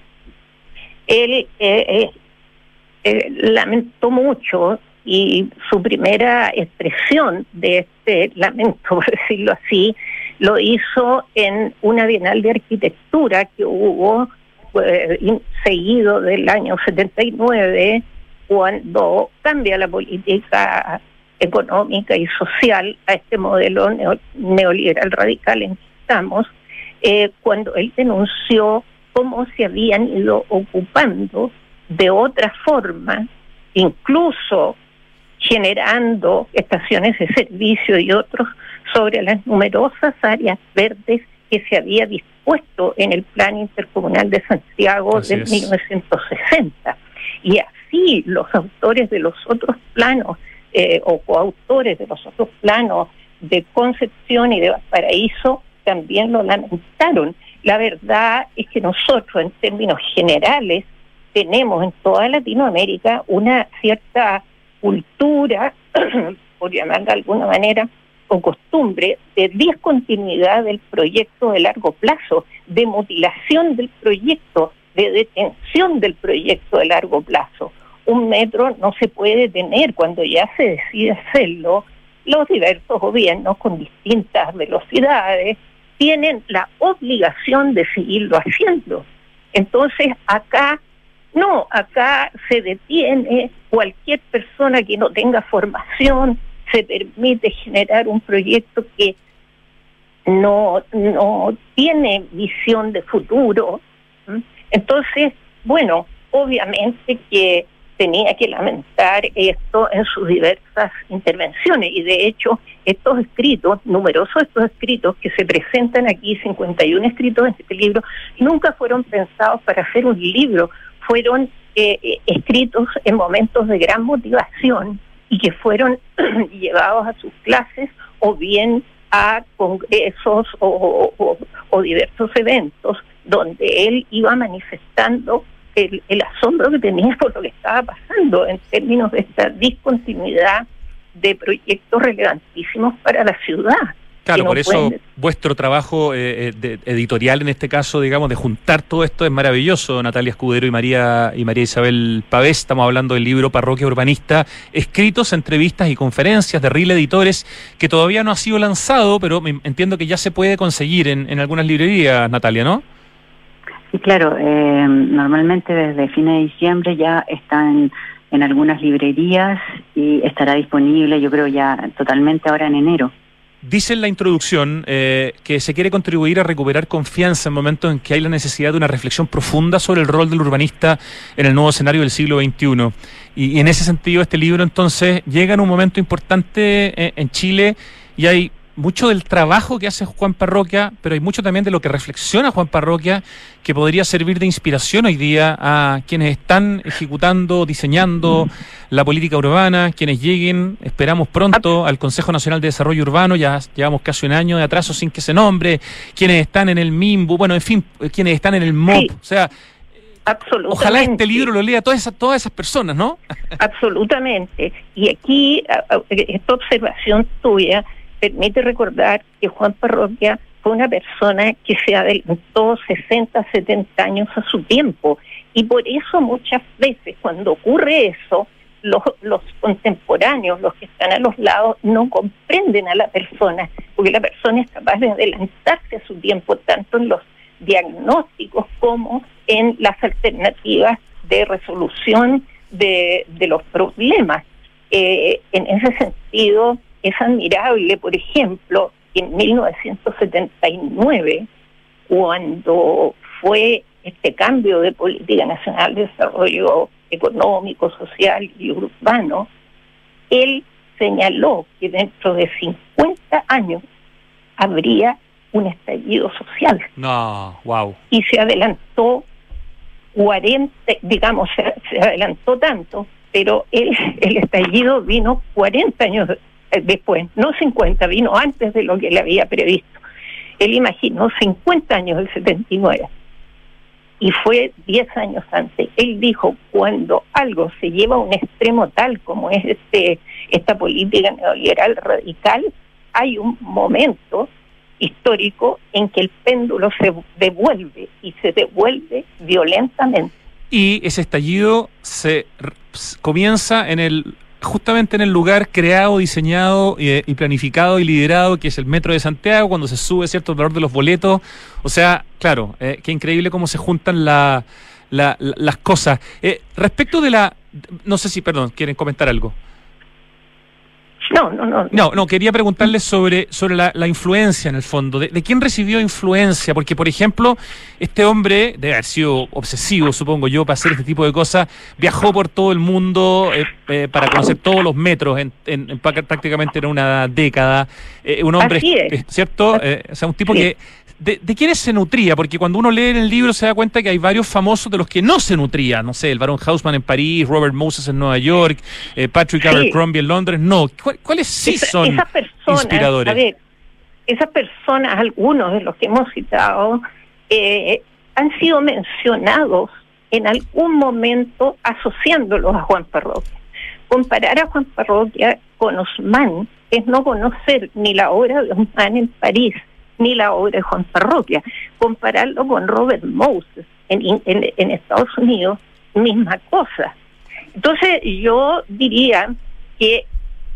él eh, eh, lamentó mucho y su primera expresión de este lamento, por decirlo así, lo hizo en una Bienal de Arquitectura que hubo eh, seguido del año setenta y nueve, cuando cambia la política económica y social a este modelo neo, neoliberal radical en que estamos, eh, cuando él denunció cómo se habían ido ocupando de otra forma, incluso generando estaciones de servicio y otros, sobre las numerosas áreas verdes que se había dispuesto en el Plan Intercomunal de Santiago Así de es. mil novecientos sesenta. Y así los autores de los otros planos eh, o coautores de los otros planos de Concepción y de Valparaíso también lo lamentaron. La verdad es que nosotros, en términos generales, tenemos en toda Latinoamérica una cierta cultura, por llamarla de alguna manera, o costumbre de discontinuidad del proyecto de largo plazo, de mutilación del proyecto, de detención del proyecto de largo plazo. Un metro no se puede detener cuando ya se decide hacerlo. Los diversos gobiernos con distintas velocidades tienen la obligación de seguirlo haciendo. Entonces acá no, acá se detiene cualquier persona que no tenga formación, se permite generar un proyecto que no, no tiene visión de futuro. Entonces, bueno, obviamente que tenía que lamentar esto en sus diversas intervenciones, y de hecho estos escritos, numerosos estos escritos que se presentan aquí, cincuenta y uno escritos en este libro, nunca fueron pensados para hacer un libro, fueron eh, escritos en momentos de gran motivación y que fueron llevados a sus clases o bien a congresos o, o, o diversos eventos donde él iba manifestando el, el asombro que tenía por lo que estaba pasando en términos de esta discontinuidad de proyectos relevantísimos para la ciudad. Claro, no por eso pueden... vuestro trabajo eh, de, editorial en este caso, digamos, de juntar todo esto es maravilloso, Natalia Escudero y María y María Isabel Pavés. Estamos hablando del libro Parroquia Urbanista, escritos, entrevistas y conferencias de R I L Editores, que todavía no ha sido lanzado, pero me entiendo que ya se puede conseguir en, en algunas librerías, Natalia, ¿no? Sí, claro. Eh, normalmente desde fines de diciembre ya están en algunas librerías y estará disponible, yo creo, ya totalmente ahora en enero. Dice en la introducción eh, que se quiere contribuir a recuperar confianza en momentos en que hay la necesidad de una reflexión profunda sobre el rol del urbanista en el nuevo escenario del siglo veintiuno. Y, y en ese sentido este libro entonces llega en un momento importante en, en Chile, y hay mucho del trabajo que hace Juan Parroquia, pero hay mucho también de lo que reflexiona Juan Parroquia, que podría servir de inspiración hoy día a quienes están ejecutando, diseñando la política urbana, quienes lleguen, esperamos pronto, al Consejo Nacional de Desarrollo Urbano. Ya llevamos casi un año de atraso sin que se nombre, quienes están en el MIMBU, bueno, en fin, quienes están en el M O P, sí. O sea, ojalá este libro lo lea todas esas, todas esas personas, ¿no? Absolutamente. Y aquí, esta observación tuya permite recordar que Juan Parroquia fue una persona que se adelantó sesenta, setenta años a su tiempo, y por eso muchas veces cuando ocurre eso, los, los contemporáneos, los que están a los lados, no comprenden a la persona, porque la persona es capaz de adelantarse a su tiempo, tanto en los diagnósticos como en las alternativas de resolución de, de los problemas. Eh, en ese sentido, es admirable, por ejemplo, que en mil novecientos setenta y nueve, cuando fue este cambio de política nacional de desarrollo económico, social y urbano, él señaló que dentro de cincuenta años habría un estallido social. No, wow. Y se adelantó cuarenta, digamos, se, se adelantó tanto, pero el, el estallido vino cuarenta años después, no cincuenta, vino antes de lo que él había previsto. Él imaginó cincuenta años del setenta y nueve, y fue diez años antes. Él dijo, cuando algo se lleva a un extremo tal como es este esta política neoliberal radical, hay un momento histórico en que el péndulo se devuelve, y se devuelve violentamente. Y ese estallido se comienza en el justamente en el lugar creado, diseñado eh, y planificado y liderado, que es el Metro de Santiago, cuando se sube, ¿cierto?, el valor de los boletos. O sea, claro, eh, qué increíble cómo se juntan la, la, la, las cosas. Eh, respecto de la... No sé si, perdón, ¿quieren comentar algo? No, no, no. No, no, quería preguntarles sobre, sobre la, la influencia, en el fondo. De, ¿De quién recibió influencia? Porque, por ejemplo, este hombre, debe haber sido obsesivo, supongo yo, para hacer este tipo de cosas, viajó por todo el mundo, eh, eh, para conocer todos los metros en, en, en prácticamente en una década. Eh, un hombre, Así es. ¿cierto? Eh, o sea, un tipo Sí. que... De, ¿De quiénes se nutría? Porque cuando uno lee en el libro se da cuenta que hay varios famosos de los que no se nutría. No sé, el Barón Haussmann en París, Robert Moses en Nueva York, eh, Patrick Sí. Abercrombie en Londres. No, ¿Cuál, ¿cuáles sí Esa- son esas personas, inspiradores? A ver, esas personas, algunos de los que hemos citado, eh, han sido mencionados en algún momento asociándolos a Juan Parroquia. Comparar a Juan Parroquia con Haussmann es no conocer ni la obra de Haussmann en París, ni la obra de Juan Parroquia. Compararlo con Robert Moses en, en, en Estados Unidos, misma cosa. Entonces yo diría que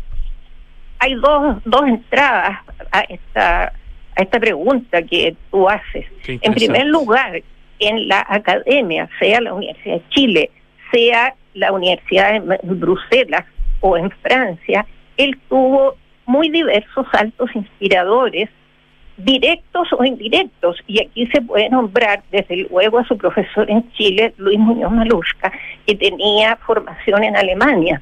hay dos, dos entradas a esta, a esta pregunta que tú haces. Qué En primer interesante. lugar, en la academia, sea la Universidad de Chile, sea la Universidad de Bruselas o en Francia, él tuvo muy diversos altos inspiradores, directos o indirectos, y aquí se puede nombrar desde luego a su profesor en Chile, Luis Muñoz Maluska, que tenía formación en Alemania,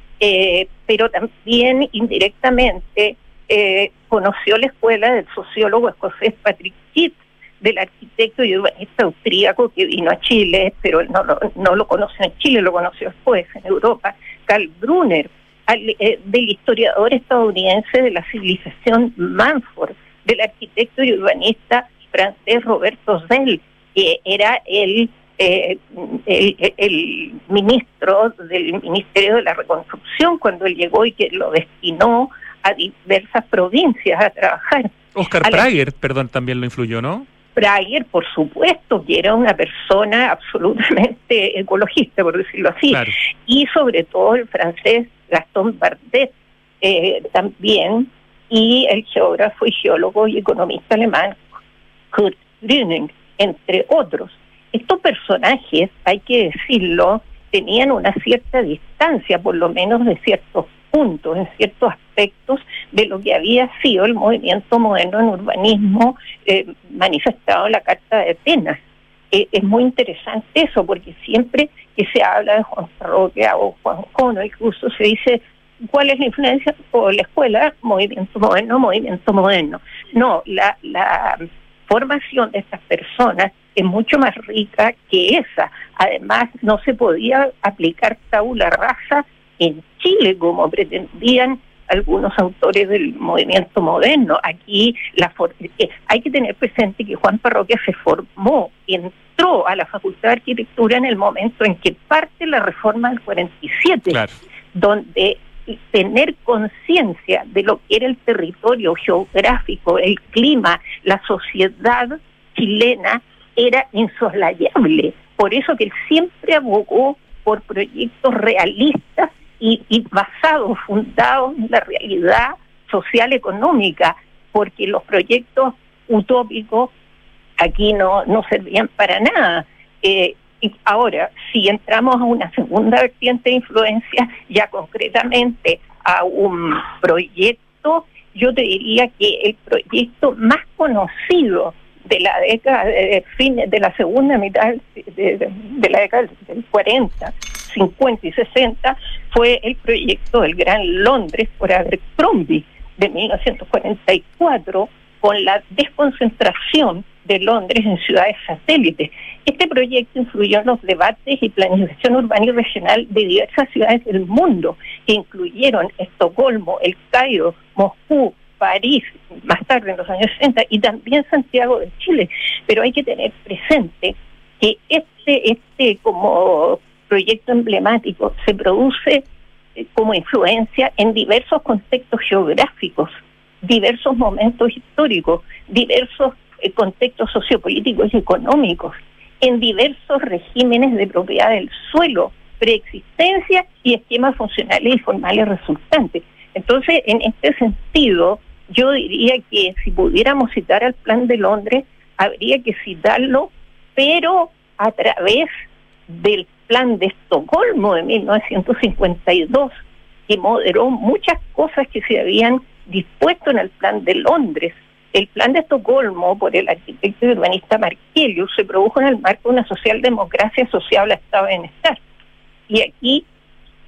eh, pero también indirectamente eh, conoció la escuela del sociólogo escocés Patrick Kitt, del arquitecto y urbanista austríaco que vino a Chile, pero él no lo, no lo conoció en Chile, lo conoció después en Europa, Karl Brunner, al, eh, del historiador estadounidense de la civilización Manford, del arquitecto y urbanista francés Roberto Zell, que era el, eh, el, el ministro del Ministerio de la Reconstrucción cuando él llegó y que lo destinó a diversas provincias a trabajar. Oscar a la- Prager, perdón, también lo influyó, ¿no? Prager, por supuesto, que era una persona absolutamente ecologista, por decirlo así, Claro. y sobre todo el francés Gaston Bardet eh, también, y el geógrafo y geólogo y economista alemán Kurt Grüning, entre otros. Estos personajes, hay que decirlo, tenían una cierta distancia, por lo menos de ciertos puntos, en ciertos aspectos de lo que había sido el movimiento moderno en urbanismo eh, manifestado en la Carta de Atenas. Eh, es muy interesante eso, porque siempre que se habla de Juan Parroquia o Juan Cono, incluso se dice ¿cuál es la influencia? O la escuela, movimiento moderno, movimiento moderno. No, la, la formación de estas personas es mucho más rica que esa. Además, no se podía aplicar tabula rasa en Chile como pretendían algunos autores del movimiento moderno. Aquí la for- eh, hay que tener presente que Juan Parroquia se formó, entró a la Facultad de Arquitectura en el momento en que parte la reforma del cuarenta y siete, Claro. donde tener conciencia de lo que era el territorio geográfico, el clima, la sociedad chilena era insoslayable. Por eso que él siempre abogó por proyectos realistas y, y basados, fundados en la realidad social económica, porque los proyectos utópicos aquí no, no servían para nada. Eh, y ahora, si entramos a una segunda vertiente de influencia, ya concretamente a un proyecto, yo te diría que el proyecto más conocido de la década de fines de la segunda mitad de, de, de la década del cuarenta, cincuenta y sesenta fue el proyecto del Gran Londres por Abercrombie de mil novecientos cuarenta y cuatro, con la desconcentración de Londres en ciudades satélites. Este proyecto influyó en los debates y planificación urbana y regional de diversas ciudades del mundo, que incluyeron Estocolmo, El Cairo, Moscú, París, más tarde en los años sesenta, y también Santiago de Chile. Pero hay que tener presente que este, este como proyecto emblemático se produce eh, como influencia en diversos contextos geográficos, diversos momentos históricos, diversos eh, contextos sociopolíticos y económicos, en diversos regímenes de propiedad del suelo, preexistencia y esquemas funcionales y formales resultantes. Entonces, en este sentido, yo diría que si pudiéramos citar al Plan de Londres, habría que citarlo, pero a través del Plan de Estocolmo de mil novecientos cincuenta y dos, que moderó muchas cosas que se habían dispuesto en el Plan de Londres. El Plan de Estocolmo, por el arquitecto y urbanista Markelius, se produjo en el marco de una socialdemocracia asociable a Estado de Bienestar. Y aquí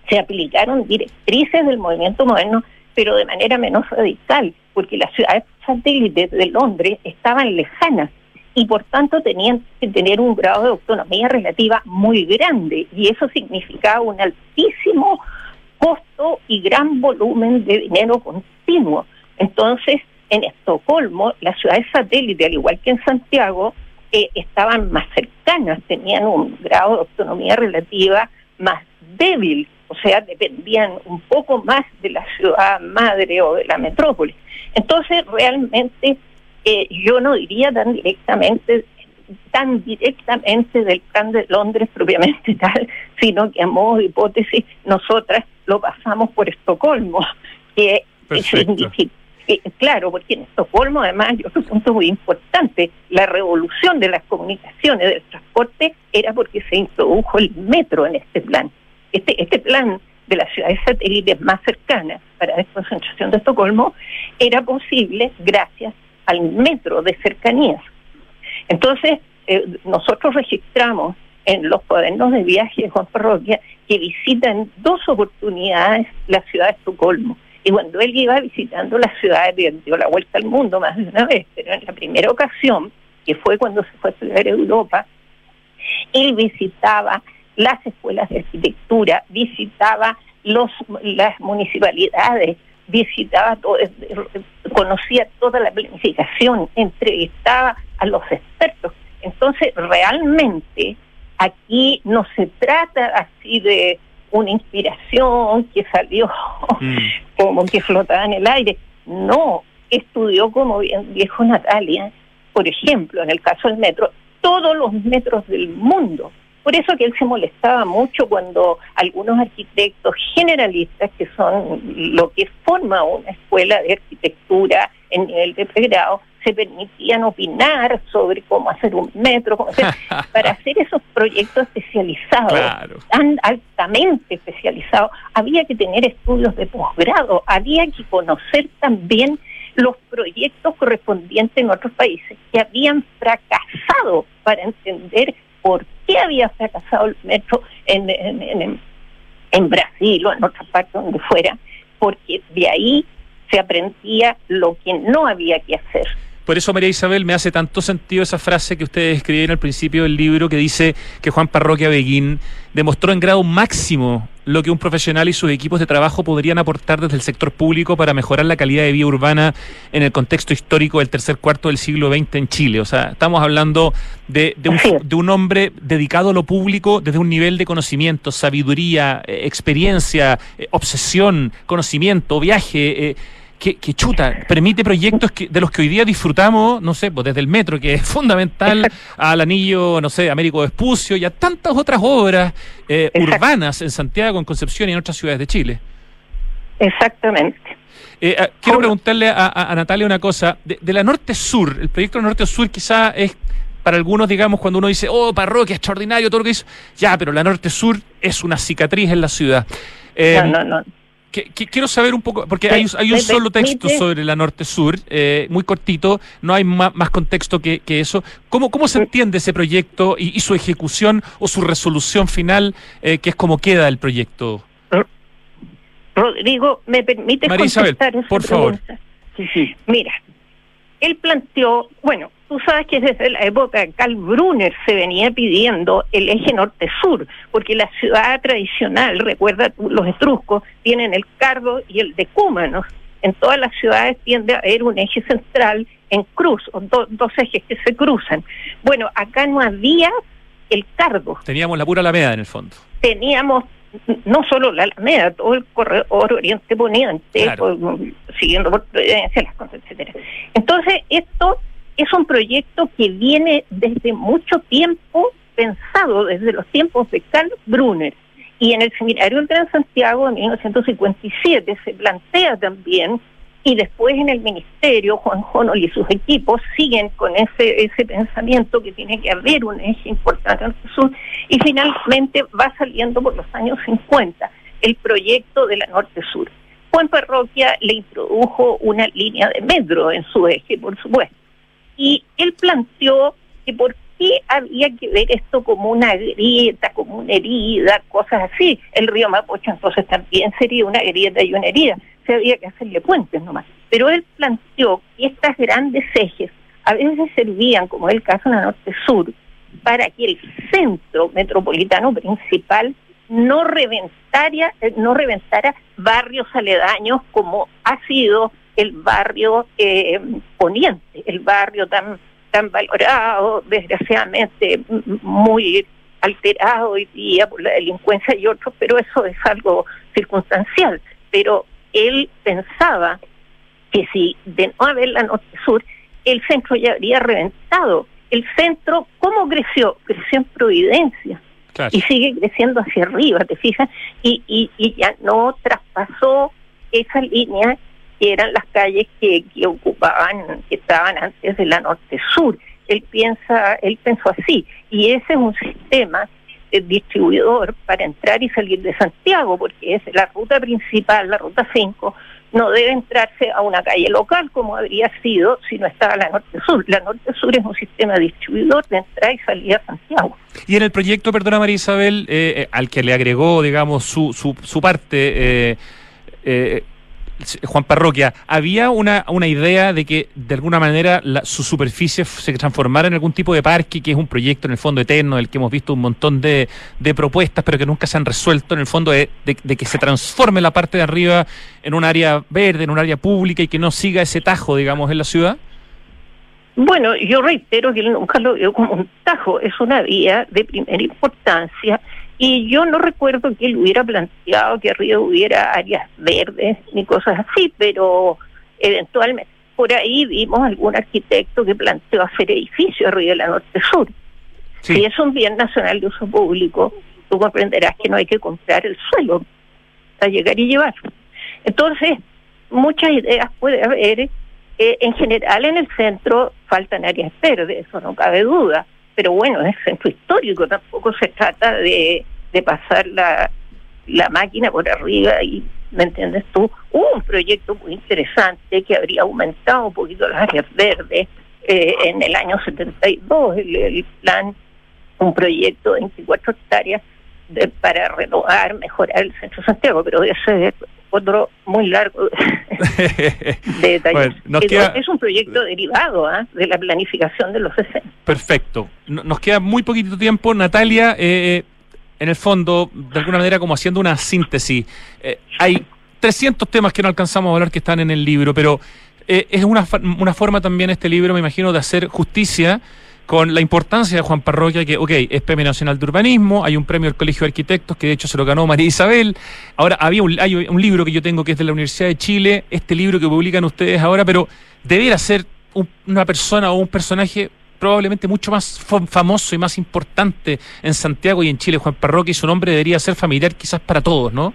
se aplicaron directrices del movimiento moderno, pero de manera menos radical, porque las ciudades satélites de Londres estaban lejanas y por tanto tenían que tener un grado de autonomía relativa muy grande, y eso significaba un altísimo costo y gran volumen de dinero continuo. Entonces, en Estocolmo, las ciudades satélites, al igual que en Santiago, eh, estaban más cercanas, tenían un grado de autonomía relativa más débil, o sea, dependían un poco más de la ciudad madre o de la metrópoli. Entonces, realmente, eh, yo no diría tan directamente, tan directamente del plan de Londres propiamente tal, sino que a modo de hipótesis, nosotras lo pasamos por Estocolmo, que significa, eh, claro, porque en Estocolmo, además, y otro punto muy importante, la revolución de las comunicaciones, del transporte, era porque se introdujo el metro en este plan. Este, este plan de las ciudades satélites más cercanas para la desconcentración de Estocolmo era posible gracias al metro de cercanías. Entonces, eh, nosotros registramos en los cuadernos de viaje de Juan Parroquia que visita en dos oportunidades la ciudad de Estocolmo. Y cuando él iba visitando las ciudades, dio la vuelta al mundo más de una vez, pero en la primera ocasión, que fue cuando se fue a estudiar a Europa, él visitaba las escuelas de arquitectura, visitaba los las municipalidades, visitaba todo, conocía toda la planificación, entrevistaba a los expertos. Entonces, realmente, aquí no se trata así de una inspiración que salió mm. como que flotaba en el aire. No, estudió, como bien dijo Natalia, por ejemplo, en el caso del metro, todos los metros del mundo. Por eso que él se molestaba mucho cuando algunos arquitectos generalistas, que son lo que forma una escuela de arquitectura en nivel de pregrado, se permitían opinar sobre cómo hacer un metro, cómo hacer, para hacer esos proyectos especializados, claro, tan altamente especializados, había que tener estudios de posgrado, había que conocer también los proyectos correspondientes en otros países que habían fracasado para entender por qué había fracasado el metro en, en, en, en Brasil o en otra parte donde fuera, porque de ahí se aprendía lo que no había que hacer. Por eso, María Isabel, me hace tanto sentido esa frase que ustedes escribieron al principio del libro, que dice que Juan Parroquia Beguín demostró en grado máximo lo que un profesional y sus equipos de trabajo podrían aportar desde el sector público para mejorar la calidad de vida urbana en el contexto histórico del tercer cuarto del siglo veinte en Chile. O sea, estamos hablando de, de, un, de un hombre dedicado a lo público desde un nivel de conocimiento, sabiduría, eh, experiencia, eh, obsesión, conocimiento, viaje, eh, Que, que chuta, permite proyectos que, de los que hoy día disfrutamos, no sé, pues desde el metro, que es fundamental, al anillo, no sé, Américo Vespucio y a tantas otras obras eh, urbanas en Santiago, en Concepción y en otras ciudades de Chile. Exactamente. Eh, eh, quiero preguntarle a, a, a Natalia una cosa, de, de la Norte-Sur, el proyecto de la Norte-Sur quizá es, para algunos, digamos, cuando uno dice, oh, Parroquia, extraordinario, todo lo que hizo, ya, pero la Norte-Sur es una cicatriz en la ciudad. Eh, no, no, no. Que, que quiero saber un poco, porque hay, hay un solo texto sobre la Norte-Sur, eh, muy cortito, no hay más, más contexto que, que eso. ¿Cómo, ¿Cómo se entiende ese proyecto y, y su ejecución o su resolución final, eh, que es como queda el proyecto? Rodrigo, ¿me permite María Isabel, contestar esa por pregunta? favor. Sí, sí. Mira, él planteó, bueno, tú sabes que desde la época de Karl Brunner se venía pidiendo el eje norte-sur, porque la ciudad tradicional, recuerda tú, los etruscos tienen el cardo y el decúmanos. En todas las ciudades tiende a haber un eje central en cruz, o do, dos ejes que se cruzan. Bueno, acá no había el cardo. Teníamos la pura Alameda en el fondo. Teníamos no solo la Alameda, todo el corredor oriente-poniente, claro, por, siguiendo por Providencia, las cosas, etcétera. Entonces, esto es un proyecto que viene desde mucho tiempo pensado, desde los tiempos de Karl Brunner. Y en el Seminario del Gran Santiago de mil novecientos cincuenta y siete se plantea también, y después en el Ministerio, Juan Jonol y sus equipos siguen con ese ese pensamiento que tiene que haber un eje importante en el sur, y finalmente va saliendo por los años cincuenta el proyecto de la Norte-Sur. Juan Parroquia le introdujo una línea de metro en su eje, por supuesto, y él planteó que por qué había que ver esto como una grieta, como una herida, cosas así? El río Mapocho entonces también sería una grieta y una herida. Se había que hacerle puentes nomás. Pero él planteó que estas grandes ejes a veces servían, como es el caso de la norte-sur, para que el centro metropolitano principal no reventara, no reventara barrios aledaños como ha sido el barrio eh, poniente, el barrio tan tan valorado, desgraciadamente muy alterado hoy día por la delincuencia y otros, pero eso es algo circunstancial. Pero él pensaba que si de no haber la norte-sur, el centro ya habría reventado. El centro, ¿cómo creció? Creció en Providencia. Claro. Y sigue creciendo hacia arriba, ¿te fijas? Y, y, y ya no traspasó esa línea que eran las calles que, que ocupaban, que estaban antes de la norte-sur. Él piensa, él pensó así, y ese es un sistema eh, distribuidor para entrar y salir de Santiago, porque es la ruta principal, la ruta cinco, no debe entrarse a una calle local como habría sido si no estaba la norte-sur. La norte-sur es un sistema distribuidor de entrada y salida a Santiago. Y en el proyecto, perdona María Isabel, eh, al que le agregó, digamos, su, su, su parte, eh, eh, Juan Parroquia, ¿había una, una idea de que de alguna manera la, su superficie se transformara en algún tipo de parque, que es un proyecto en el fondo eterno, del que hemos visto un montón de, de propuestas, pero que nunca se han resuelto, en el fondo de, de, de que se transforme la parte de arriba en un área verde, en un área pública y que no siga ese tajo, digamos, en la ciudad? Bueno, yo reitero que él nunca lo vio como un tajo, es una vía de primera importancia. Y yo no recuerdo que él hubiera planteado que arriba hubiera áreas verdes ni cosas así, pero eventualmente por ahí vimos algún arquitecto que planteó hacer edificios arriba de la norte-sur. Sí. Si es un bien nacional de uso público, tú comprenderás que no hay que comprar el suelo para llegar y llevar. Entonces, muchas ideas puede haber. Eh, en general en el centro faltan áreas verdes, eso no cabe duda. Pero bueno, es centro histórico, tampoco se trata de, de pasar la, la máquina por arriba y, ¿me entiendes tú? Hubo un proyecto muy interesante que habría aumentado un poquito las áreas verdes eh, en el año setenta y dos, el, el plan, un proyecto de veinticuatro hectáreas de, para renovar, mejorar el centro de Santiago, pero ese es otro muy largo de detalles. Bueno, queda... Es un proyecto derivado ¿eh? de la planificación de los sesenta. Perfecto. Nos queda muy poquito tiempo. Natalia, eh, en el fondo, de alguna manera como haciendo una síntesis, eh, hay trescientos temas que no alcanzamos a hablar que están en el libro, pero eh, es una, una forma también este libro, me imagino, de hacer justicia con la importancia de Juan Parroquia, que, ok, es Premio Nacional de Urbanismo, hay un premio del Colegio de Arquitectos, que de hecho se lo ganó María Isabel. Ahora, había un, hay un libro que yo tengo que es de la Universidad de Chile, este libro que publican ustedes ahora, pero debiera ser un, una persona o un personaje probablemente mucho más famoso y más importante en Santiago y en Chile, Juan Parroquia, y su nombre debería ser familiar quizás para todos, ¿no?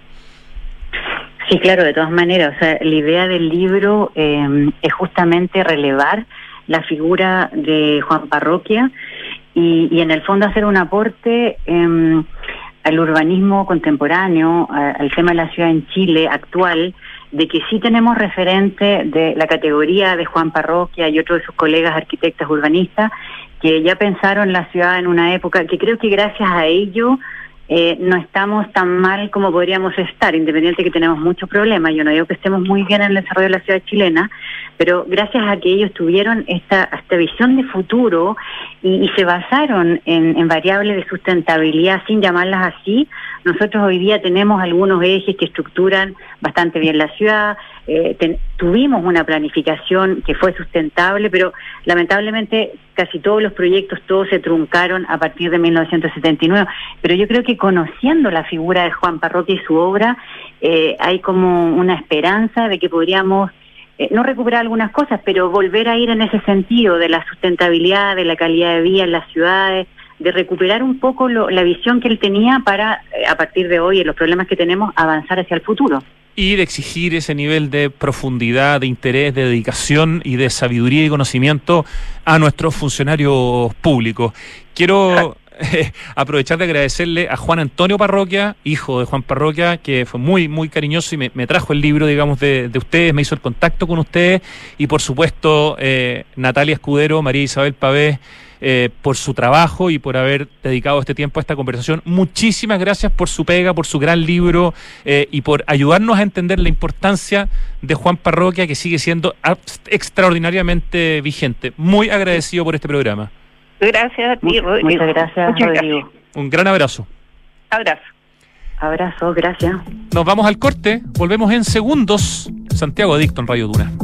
Sí, claro, de todas maneras. O sea, la idea del libro eh, es justamente relevar la figura de Juan Parroquia y, y en el fondo hacer un aporte eh, al urbanismo contemporáneo, a, al tema de la ciudad en Chile actual, de que sí tenemos referente de la categoría de Juan Parroquia y otros de sus colegas arquitectos urbanistas que ya pensaron la ciudad en una época que creo que gracias a ello Eh, no estamos tan mal como podríamos estar, independiente de que tenemos muchos problemas. Yo no digo que estemos muy bien en el desarrollo de la ciudad chilena, pero gracias a que ellos tuvieron esta, esta visión de futuro y, y se basaron en, en variables de sustentabilidad, sin llamarlas así, nosotros hoy día tenemos algunos ejes que estructuran bastante bien la ciudad. Eh, ten, tuvimos una planificación que fue sustentable, pero lamentablemente casi todos los proyectos, todos se truncaron a partir de mil novecientos setenta y nueve, pero yo creo que conociendo la figura de Juan Parroquia y su obra, eh, hay como una esperanza de que podríamos eh, no recuperar algunas cosas, pero volver a ir en ese sentido de la sustentabilidad, de la calidad de vida en las ciudades, de recuperar un poco lo, la visión que él tenía para, eh, a partir de hoy, en los problemas que tenemos, avanzar hacia el futuro. Y de exigir ese nivel de profundidad, de interés, de dedicación y de sabiduría y conocimiento a nuestros funcionarios públicos. Quiero eh, aprovechar de agradecerle a Juan Antonio Parroquia, hijo de Juan Parroquia, que fue muy, muy cariñoso y me, me trajo el libro, digamos, de, de ustedes, me hizo el contacto con ustedes, y por supuesto eh, Natalia Escudero, María Isabel Pavés, eh, por su trabajo y por haber dedicado este tiempo a esta conversación. Muchísimas gracias por su pega, por su gran libro eh, y por ayudarnos a entender la importancia de Juan Parroquia, que sigue siendo extraordinariamente vigente. Muy agradecido por este programa. Gracias a ti, Rodrigo. Muchas gracias, Muchas Rodrigo. gracias. Un gran abrazo. Abrazo. Abrazo, gracias. Nos vamos al corte, volvemos en segundos. Santiago Adicto en Radio Duna.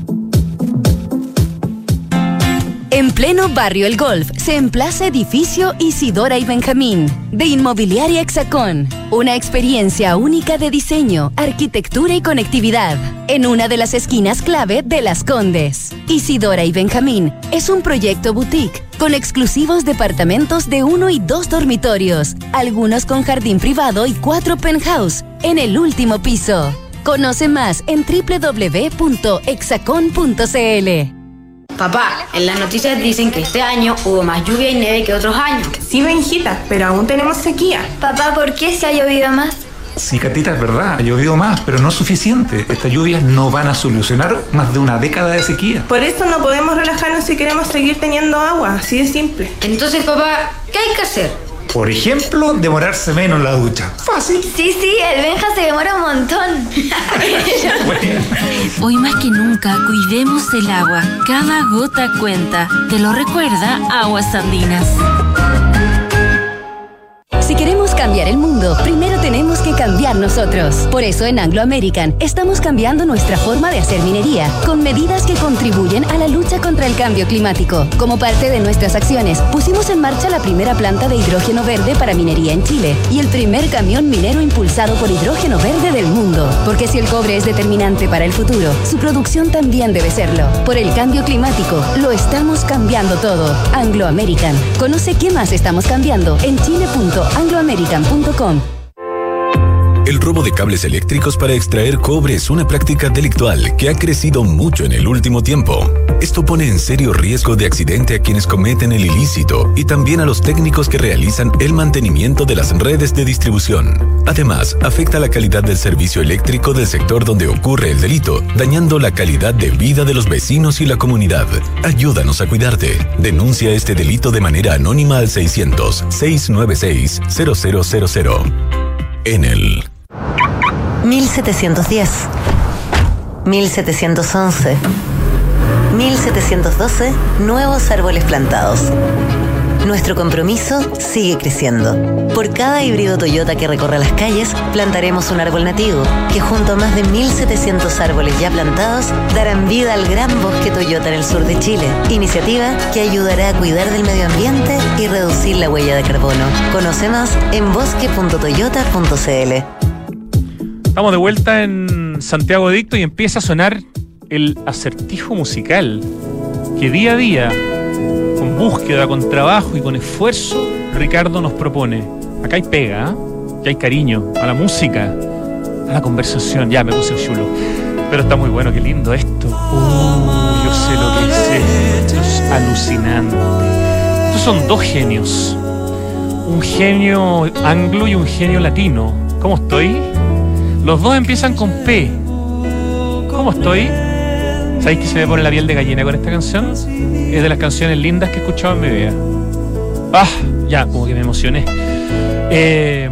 En pleno barrio El Golf se emplaza edificio Isidora y Benjamín de Inmobiliaria Hexacón. Una experiencia única de diseño, arquitectura y conectividad en una de las esquinas clave de Las Condes. Isidora y Benjamín es un proyecto boutique con exclusivos departamentos de uno y dos dormitorios, algunos con jardín privado y cuatro penthouse en el último piso. Conoce más en doble u doble u doble u punto hexacon punto c l. Papá, en las noticias dicen que este año hubo más lluvia y nieve que otros años. Sí, Benjita, pero aún tenemos sequía. Papá, ¿por qué se ha llovido más? Sí, Catita, es verdad, ha llovido más, pero no es suficiente. Estas lluvias no van a solucionar más de una década de sequía. Por eso no podemos relajarnos si queremos seguir teniendo agua, así de simple. Entonces, papá, ¿qué hay que hacer? Por ejemplo, demorarse menos en la ducha. Fácil. Sí, sí, el Benja se demora un montón. Bueno. Hoy más que nunca, cuidemos el agua. Cada gota cuenta. ¿Te lo recuerda Aguas Andinas? Si queremos cambiar el mundo, primero tenemos que cambiar nosotros. Por eso en Anglo American estamos cambiando nuestra forma de hacer minería, con medidas que contribuyen a la lucha contra el cambio climático. Como parte de nuestras acciones, pusimos en marcha la primera planta de hidrógeno verde para minería en Chile y el primer camión minero impulsado por hidrógeno verde del mundo. Porque si el cobre es determinante para el futuro, su producción también debe serlo. Por el cambio climático, lo estamos cambiando todo. Anglo American. Conoce qué más estamos cambiando en chile punto anglo american punto com. El robo de cables eléctricos para extraer cobre es una práctica delictual que ha crecido mucho en el último tiempo. Esto pone en serio riesgo de accidente a quienes cometen el ilícito y también a los técnicos que realizan el mantenimiento de las redes de distribución. Además, afecta la calidad del servicio eléctrico del sector donde ocurre el delito, dañando la calidad de vida de los vecinos y la comunidad. Ayúdanos a cuidarte. Denuncia este delito de manera anónima al seiscientos, seiscientos noventa y seis, cero cero cero cero. Enel. mil setecientos diez, mil setecientos once, mil setecientos doce, nuevos árboles plantados. Nuestro compromiso sigue creciendo. Por cada híbrido Toyota que recorra las calles, plantaremos un árbol nativo, que junto a más de mil setecientos árboles ya plantados, darán vida al gran bosque Toyota en el sur de Chile. Iniciativa que ayudará a cuidar del medio ambiente y reducir la huella de carbono. Conoce más en bosque punto toyota punto c l. Estamos de vuelta en Santiago Adicto y empieza a sonar el acertijo musical que día a día, con búsqueda, con trabajo y con esfuerzo, Ricardo nos propone. Acá hay pega, ¿eh? Y hay cariño a la música, a la conversación. Ya me puse chulo, pero está muy bueno, qué lindo esto. Uh, yo sé lo que es esto, esto es alucinante. Estos son dos genios, un genio anglo y un genio latino. ¿Cómo estoy? Los dos empiezan con P. ¿Cómo estoy? ¿Sabéis que se me pone la piel de gallina con esta canción? Es de las canciones lindas que he escuchado en mi vida. Ah, ya, como que me emocioné. Eh,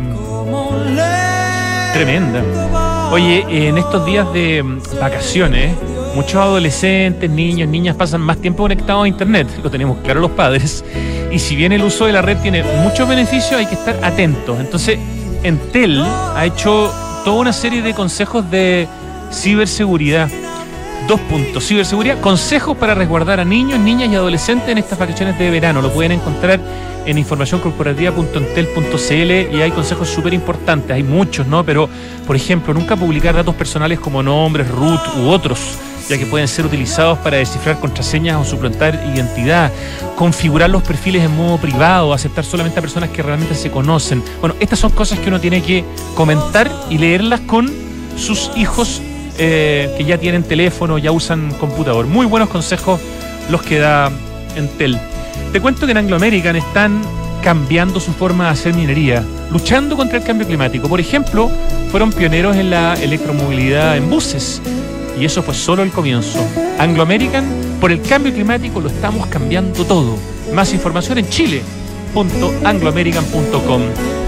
tremenda. Oye, en estos días de vacaciones, muchos adolescentes, niños, niñas pasan más tiempo conectados a internet. Lo tenemos claro los padres. Y si bien el uso de la red tiene muchos beneficios, hay que estar atentos. Entonces, Entel ha hecho toda una serie de consejos de ciberseguridad. Dos puntos. Ciberseguridad, consejos para resguardar a niños, niñas y adolescentes en estas vacaciones de verano. Lo pueden encontrar en información corporativa punto entel punto c l y hay consejos súper importantes. Hay muchos, ¿no? Pero, por ejemplo, nunca publicar datos personales como nombres, root u otros, ya que pueden ser utilizados para descifrar contraseñas o suplantar identidad. Configurar los perfiles en modo privado, aceptar solamente a personas que realmente se conocen. Bueno, estas son cosas que uno tiene que comentar y leerlas con sus hijos Eh, que ya tienen teléfono, ya usan computador. Muy buenos consejos los que da Entel. Te cuento que en Anglo American están cambiando su forma de hacer minería, luchando contra el cambio climático. Por ejemplo, fueron pioneros en la electromovilidad en buses, y eso fue solo el comienzo. Anglo American Por el cambio climático lo estamos cambiando todo. Más información en chile punto anglo american punto com.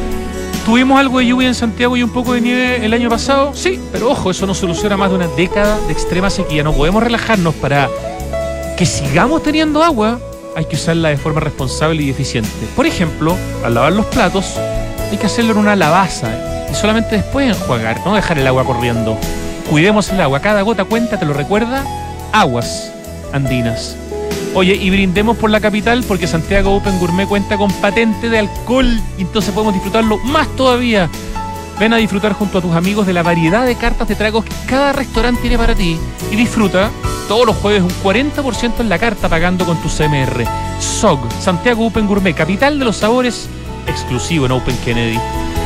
¿Tuvimos algo de lluvia en Santiago y un poco de nieve el año pasado? Sí, pero ojo, eso no soluciona más de una década de extrema sequía. No podemos relajarnos. Para que sigamos teniendo agua, hay que usarla de forma responsable y eficiente. Por ejemplo, al lavar los platos, hay que hacerlo en una lavaza y solamente después enjuagar, no dejar el agua corriendo. Cuidemos el agua, cada gota cuenta, te lo recuerda Aguas Andinas. Oye, y brindemos por la capital, porque Santiago Open Gourmet cuenta con patente de alcohol, y entonces podemos disfrutarlo más todavía. Ven a disfrutar junto a tus amigos de la variedad de cartas de tragos que cada restaurante tiene para ti, y disfruta todos los jueves un cuarenta por ciento en la carta pagando con tu C M R. S O G, Santiago Open Gourmet, capital de los sabores, exclusivo en Open Kennedy.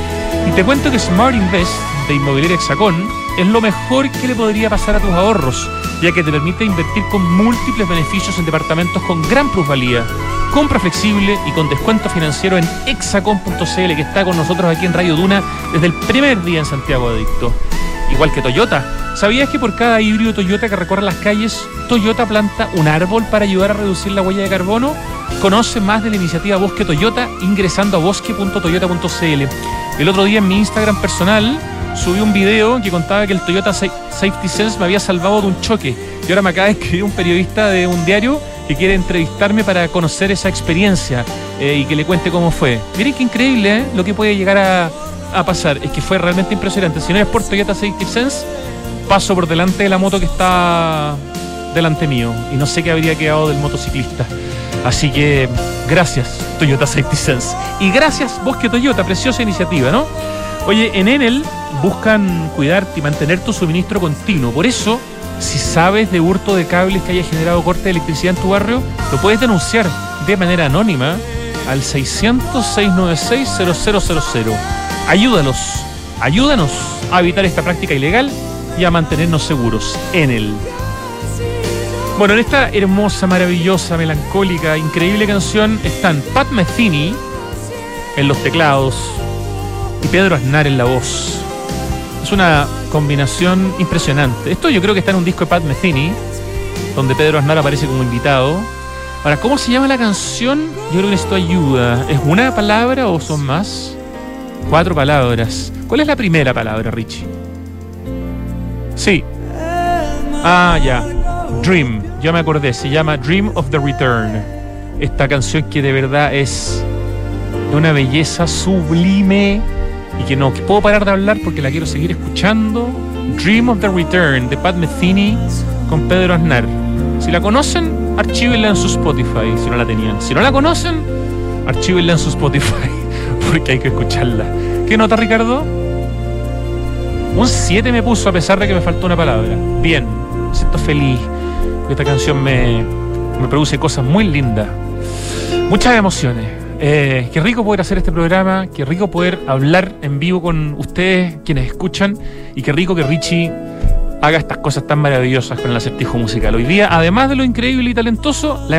Y te cuento que Smart Invest de Inmobiliaria Hexacón es lo mejor que le podría pasar a tus ahorros, ya que te permite invertir con múltiples beneficios en departamentos con gran plusvalía, compra flexible y con descuento financiero en hexacon punto c l, que está con nosotros aquí en Radio Duna desde el primer día en Santiago Adicto. Igual que Toyota. ¿Sabías que por cada híbrido Toyota que recorre las calles, Toyota planta un árbol para ayudar a reducir la huella de carbono? Conoce más de la iniciativa Bosque Toyota ingresando a bosque punto toyota punto c l. El otro día en mi Instagram personal subí un video que contaba que el Toyota Safety Sense me había salvado de un choque. Y ahora me acaba de escribir un periodista de un diario que quiere entrevistarme para conocer esa experiencia eh, y que le cuente cómo fue. Miren qué increíble, ¿eh? Lo que puede llegar a, a pasar. Es que fue realmente impresionante. Si no es por Toyota Safety Sense, paso por delante de la moto que está delante mío y no sé qué habría quedado del motociclista. Así que gracias Toyota Safety Sense. Y gracias Bosque Toyota, preciosa iniciativa, ¿no? Oye, en Enel buscan cuidarte y mantener tu suministro continuo. Por eso, si sabes de hurto de cables que haya generado corte de electricidad en tu barrio, lo puedes denunciar de manera anónima al seiscientos, seiscientos noventa y seis, cero cero cero cero. Ayúdalos, ayúdanos a evitar esta práctica ilegal y a mantenernos seguros. Enel. Bueno, en esta hermosa, maravillosa, melancólica, increíble canción están Pat Metheny en los teclados y Pedro Aznar en la voz. Es una combinación impresionante. Esto yo creo que está en un disco de Pat Metheny, donde Pedro Aznar aparece como invitado. Ahora, ¿cómo se llama la canción? Yo creo que necesito ayuda. ¿Es una palabra o son más? Cuatro palabras. ¿Cuál es la primera palabra, Richie? Sí. Ah, ya. Dream. Ya me acordé. Se llama Dream of the Return. Esta canción que de verdad es de una belleza sublime y que no que puedo parar de hablar porque la quiero seguir escuchando. Dream of the Return de Pat Metheny con Pedro Aznar. Si la conocen, archívenla en su Spotify, si no la tenían. Si no la conocen, archívenla en su Spotify porque hay que escucharla. ¿Qué nota, Ricardo? Un siete me puso a pesar de que me faltó una palabra. Bien, me siento feliz. Esta canción me, me produce cosas muy lindas. Muchas emociones. Eh, qué rico poder hacer este programa, qué rico poder hablar en vivo con ustedes, quienes escuchan, y qué rico que Richie haga estas cosas tan maravillosas con el acertijo musical. Hoy día, además de lo increíble y talentoso, la